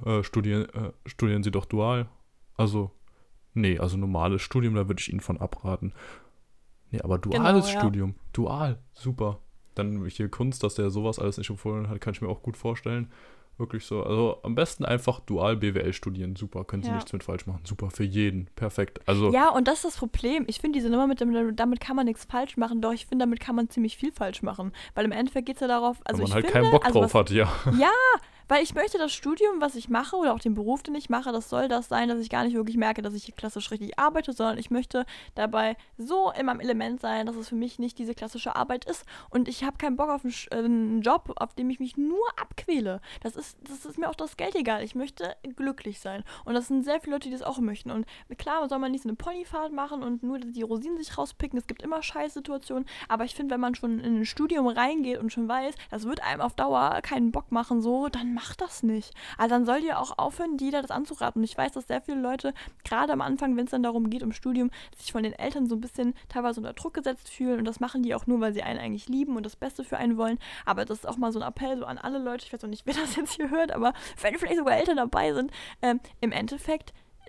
studieren Sie doch dual. Also, nee, also normales Studium, da würde ich Ihnen von abraten. Nee, aber duales Studium, dual, super. Dann hier Kunst, dass der sowas alles nicht empfohlen hat, kann ich mir auch gut vorstellen. Wirklich so. Also am besten einfach dual BWL studieren. Super. Können Sie nichts mit falsch machen. Super. Für jeden. Perfekt. Also ja, und das ist das Problem. Ich finde diese Nummer damit kann man nichts falsch machen. Doch ich finde, damit kann man ziemlich viel falsch machen. Weil im Endeffekt geht es ja darauf, also wenn man ich halt finde, keinen Bock drauf hat, ja. Ja, weil ich möchte das Studium, was ich mache oder auch den Beruf, den ich mache, das soll das sein, dass ich gar nicht wirklich merke, dass ich hier klassisch richtig arbeite, sondern ich möchte dabei so in meinem Element sein, dass es für mich nicht diese klassische Arbeit ist und ich habe keinen Bock auf einen Job, auf dem ich mich nur abquäle. Das ist mir auch das Geld egal. Ich möchte glücklich sein und das sind sehr viele Leute, die das auch möchten und klar soll man nicht so eine Ponyfahrt machen und nur die Rosinen sich rauspicken. Es gibt immer Scheißsituationen, aber ich finde, wenn man schon in ein Studium reingeht und schon weiß, das wird einem auf Dauer keinen Bock machen, so, dann macht das nicht. Also dann sollt ihr auch aufhören, jeder das anzuraten. Und ich weiß, dass sehr viele Leute, gerade am Anfang, wenn es dann darum geht, um Studium, sich von den Eltern so ein bisschen teilweise unter Druck gesetzt fühlen. Und das machen die auch nur, weil sie einen eigentlich lieben und das Beste für einen wollen. Aber das ist auch mal so ein Appell so an alle Leute, ich weiß auch nicht, wer das jetzt hier hört, aber wenn vielleicht sogar Eltern dabei sind, im Endeffekt,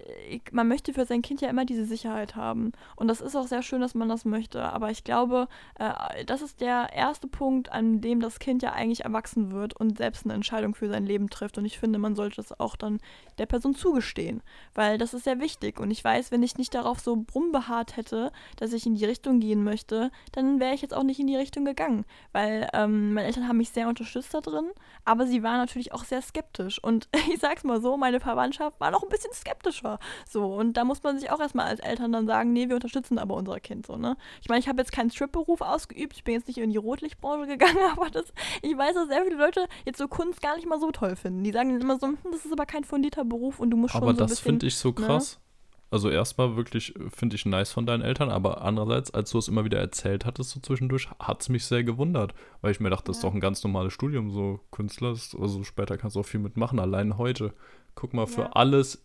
man möchte für sein Kind ja immer diese Sicherheit haben. Und das ist auch sehr schön, dass man das möchte. Aber ich glaube, das ist der erste Punkt, an dem das Kind ja eigentlich erwachsen wird und selbst eine Entscheidung für sein Leben trifft. Und ich finde, man sollte das auch dann der Person zugestehen. Weil das ist sehr wichtig. Und ich weiß, wenn ich nicht darauf so rumbeharrt hätte, dass ich in die Richtung gehen möchte, dann wäre ich jetzt auch nicht in die Richtung gegangen. Weil meine Eltern haben mich sehr unterstützt da drin. Aber sie waren natürlich auch sehr skeptisch. Und ich sag's mal so, meine Verwandtschaft war noch ein bisschen skeptischer. So, und da muss man sich auch erstmal als Eltern dann sagen, nee, wir unterstützen aber unser Kind so, ne? Ich meine, ich habe jetzt keinen Strip-Beruf ausgeübt, ich bin jetzt nicht in die Rotlichtbranche gegangen, aber ich weiß, dass sehr viele Leute jetzt so Kunst gar nicht mal so toll finden. Die sagen dann immer so, das ist aber kein fundierter Beruf und du musst schon so ein bisschen... Aber das finde ich so krass. Ne? Also erstmal wirklich finde ich nice von deinen Eltern, aber andererseits, als du es immer wieder erzählt hattest so zwischendurch, hat es mich sehr gewundert, weil ich mir dachte, das ist doch ein ganz normales Studium, so Künstler, also später kannst du auch viel mitmachen, allein heute. Guck mal, für alles,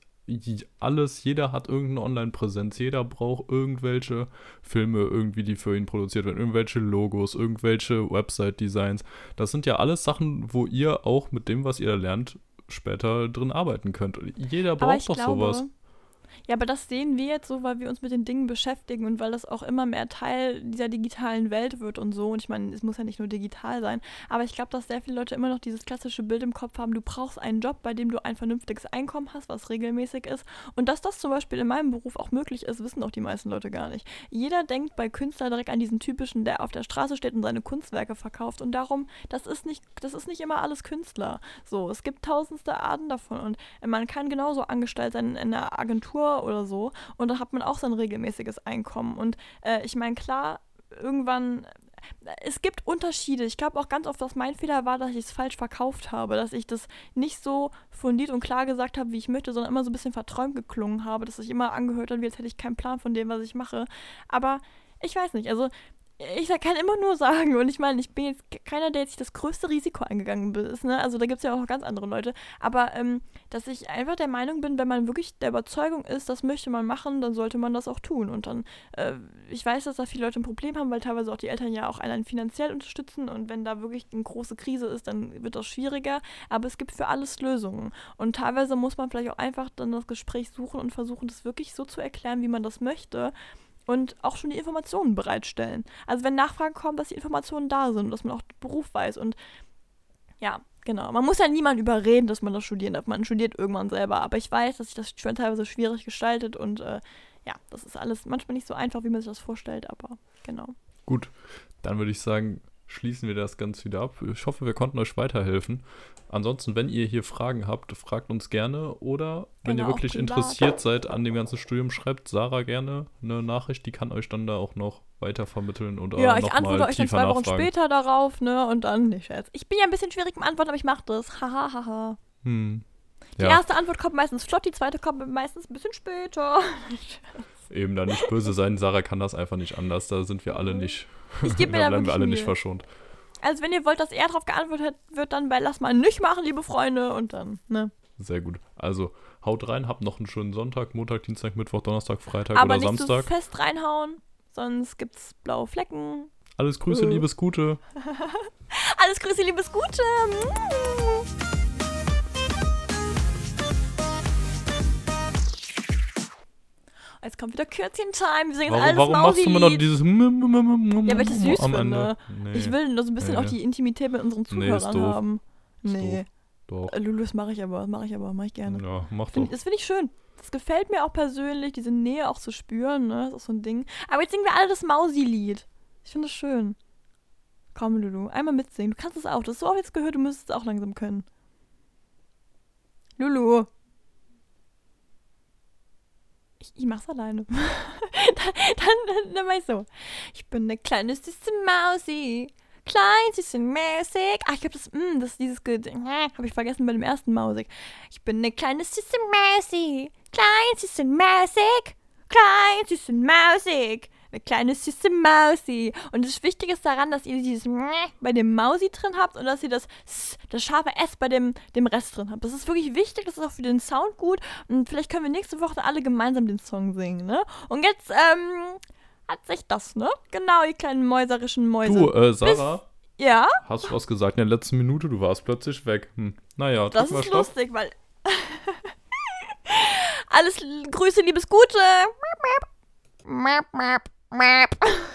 jeder hat irgendeine Online-Präsenz, jeder braucht irgendwelche Filme irgendwie, die für ihn produziert werden, irgendwelche Logos, irgendwelche Website-Designs. Das sind ja alles Sachen, wo ihr auch mit dem, was ihr lernt, später drin arbeiten könnt. Jeder braucht doch sowas. Ja, aber das sehen wir jetzt so, weil wir uns mit den Dingen beschäftigen und weil das auch immer mehr Teil dieser digitalen Welt wird und so. Und ich meine, es muss ja nicht nur digital sein, aber ich glaube, dass sehr viele Leute immer noch dieses klassische Bild im Kopf haben, du brauchst einen Job, bei dem du ein vernünftiges Einkommen hast, was regelmäßig ist. Und dass das zum Beispiel in meinem Beruf auch möglich ist, wissen auch die meisten Leute gar nicht. Jeder denkt bei Künstlern direkt an diesen typischen, der auf der Straße steht und seine Kunstwerke verkauft. Und darum, das ist nicht immer alles Künstler. So, es gibt tausendste Arten davon und man kann genauso angestellt sein in einer Agentur oder so und da hat man auch sein regelmäßiges Einkommen und ich meine, klar, irgendwann, es gibt Unterschiede. Ich glaube auch ganz oft, dass mein Fehler war, dass ich es falsch verkauft habe, dass ich das nicht so fundiert und klar gesagt habe, wie ich möchte, sondern immer so ein bisschen verträumt geklungen habe, dass ich immer angehört habe, wie als hätte ich keinen Plan von dem, was ich mache. Aber ich weiß nicht, also ich kann immer nur sagen, und ich meine, ich bin jetzt keiner, der jetzt das größte Risiko eingegangen ist, ne? Also da gibt es ja auch ganz andere Leute. Aber dass ich einfach der Meinung bin, wenn man wirklich der Überzeugung ist, das möchte man machen, dann sollte man das auch tun. Und dann, ich weiß, dass da viele Leute ein Problem haben, weil teilweise auch die Eltern ja auch einen finanziell unterstützen. Und wenn da wirklich eine große Krise ist, dann wird das schwieriger. Aber es gibt für alles Lösungen. Und teilweise muss man vielleicht auch einfach dann das Gespräch suchen und versuchen, das wirklich so zu erklären, wie man das möchte. Und auch schon die Informationen bereitstellen. Also wenn Nachfragen kommen, dass die Informationen da sind und dass man auch den Beruf weiß. Und ja, genau. Man muss ja niemanden überreden, dass man das studieren darf. Man studiert irgendwann selber. Aber ich weiß, dass sich das teilweise schwierig gestaltet. Und ja, das ist alles manchmal nicht so einfach, wie man sich das vorstellt. Aber genau. Gut, dann würde ich sagen, schließen wir das Ganze wieder ab. Ich hoffe, wir konnten euch weiterhelfen. Ansonsten, wenn ihr hier Fragen habt, fragt uns gerne. Oder wenn ihr wirklich interessiert seid an dem ganzen Studium, schreibt Sarah gerne eine Nachricht. Die kann euch dann da auch noch weitervermitteln und ja, ich antworte euch dann 2 Wochen später darauf, ne? Und dann, nicht Scherz. Ich bin ja ein bisschen schwierig im Antworten, aber ich mache das. Haha, haha. Die erste Antwort kommt meistens flott, die zweite kommt meistens ein bisschen später. Eben da nicht böse sein, Sarah kann das einfach nicht anders, da sind wir alle nicht, ich gebe mir da bleiben wir alle nicht verschont. Also wenn ihr wollt, dass er darauf geantwortet wird, dann bei Lass mal nicht machen, liebe Freunde, und dann, ne. Sehr gut, also haut rein, habt noch einen schönen Sonntag, Montag, Dienstag, Mittwoch, Donnerstag, Freitag aber oder Samstag. Aber nicht so fest reinhauen, sonst gibt's blaue Flecken. Alles Grüße, liebes Gute. Alles Grüße, liebes Gute. Jetzt kommt wieder Kürzchen-Time. Wir singen alles Warum machst du mir noch dieses ja, weil ich das süß am finde. Ende? Nee. Ich will nur so ein bisschen auch die Intimität mit unseren Zuhörern haben. Nee. Doch. Lulu, das mache ich gerne. Ja, mach doch. Das finde ich schön. Das gefällt mir auch persönlich, diese Nähe auch zu spüren, ne? Das ist auch so ein Ding. Aber jetzt singen wir alle das Mausi-Lied. Ich finde das schön. Komm, Lulu, einmal mitsingen. Du kannst es auch. Das hast du auch jetzt gehört, du müsstest es auch langsam können. Lulu. Ich mach's alleine. dann mach ich so. Ich bin eine kleine süße Mausi. Klein, süß und mäßig. Ach, ich glaube, das ist dieses habe ich vergessen bei dem ersten Mausig. Ich bin eine kleine süße Mausi. Klein, süß und mäßig. Klein, süß und mausig. Eine kleine süße Mausi. Und das Wichtige ist daran, dass ihr dieses bei dem Mausi drin habt und dass ihr das scharfe S bei dem Rest drin habt. Das ist wirklich wichtig, das ist auch für den Sound gut. Und vielleicht können wir nächste Woche alle gemeinsam den Song singen, ne? Und jetzt, hat sich das, ne? Genau, ihr kleinen mäuserischen Mäuse. Du, Sarah? Ja? Hast du was gesagt in der letzten Minute? Du warst plötzlich weg. Naja, das ist lustig, weil alles Grüße, liebes Gute.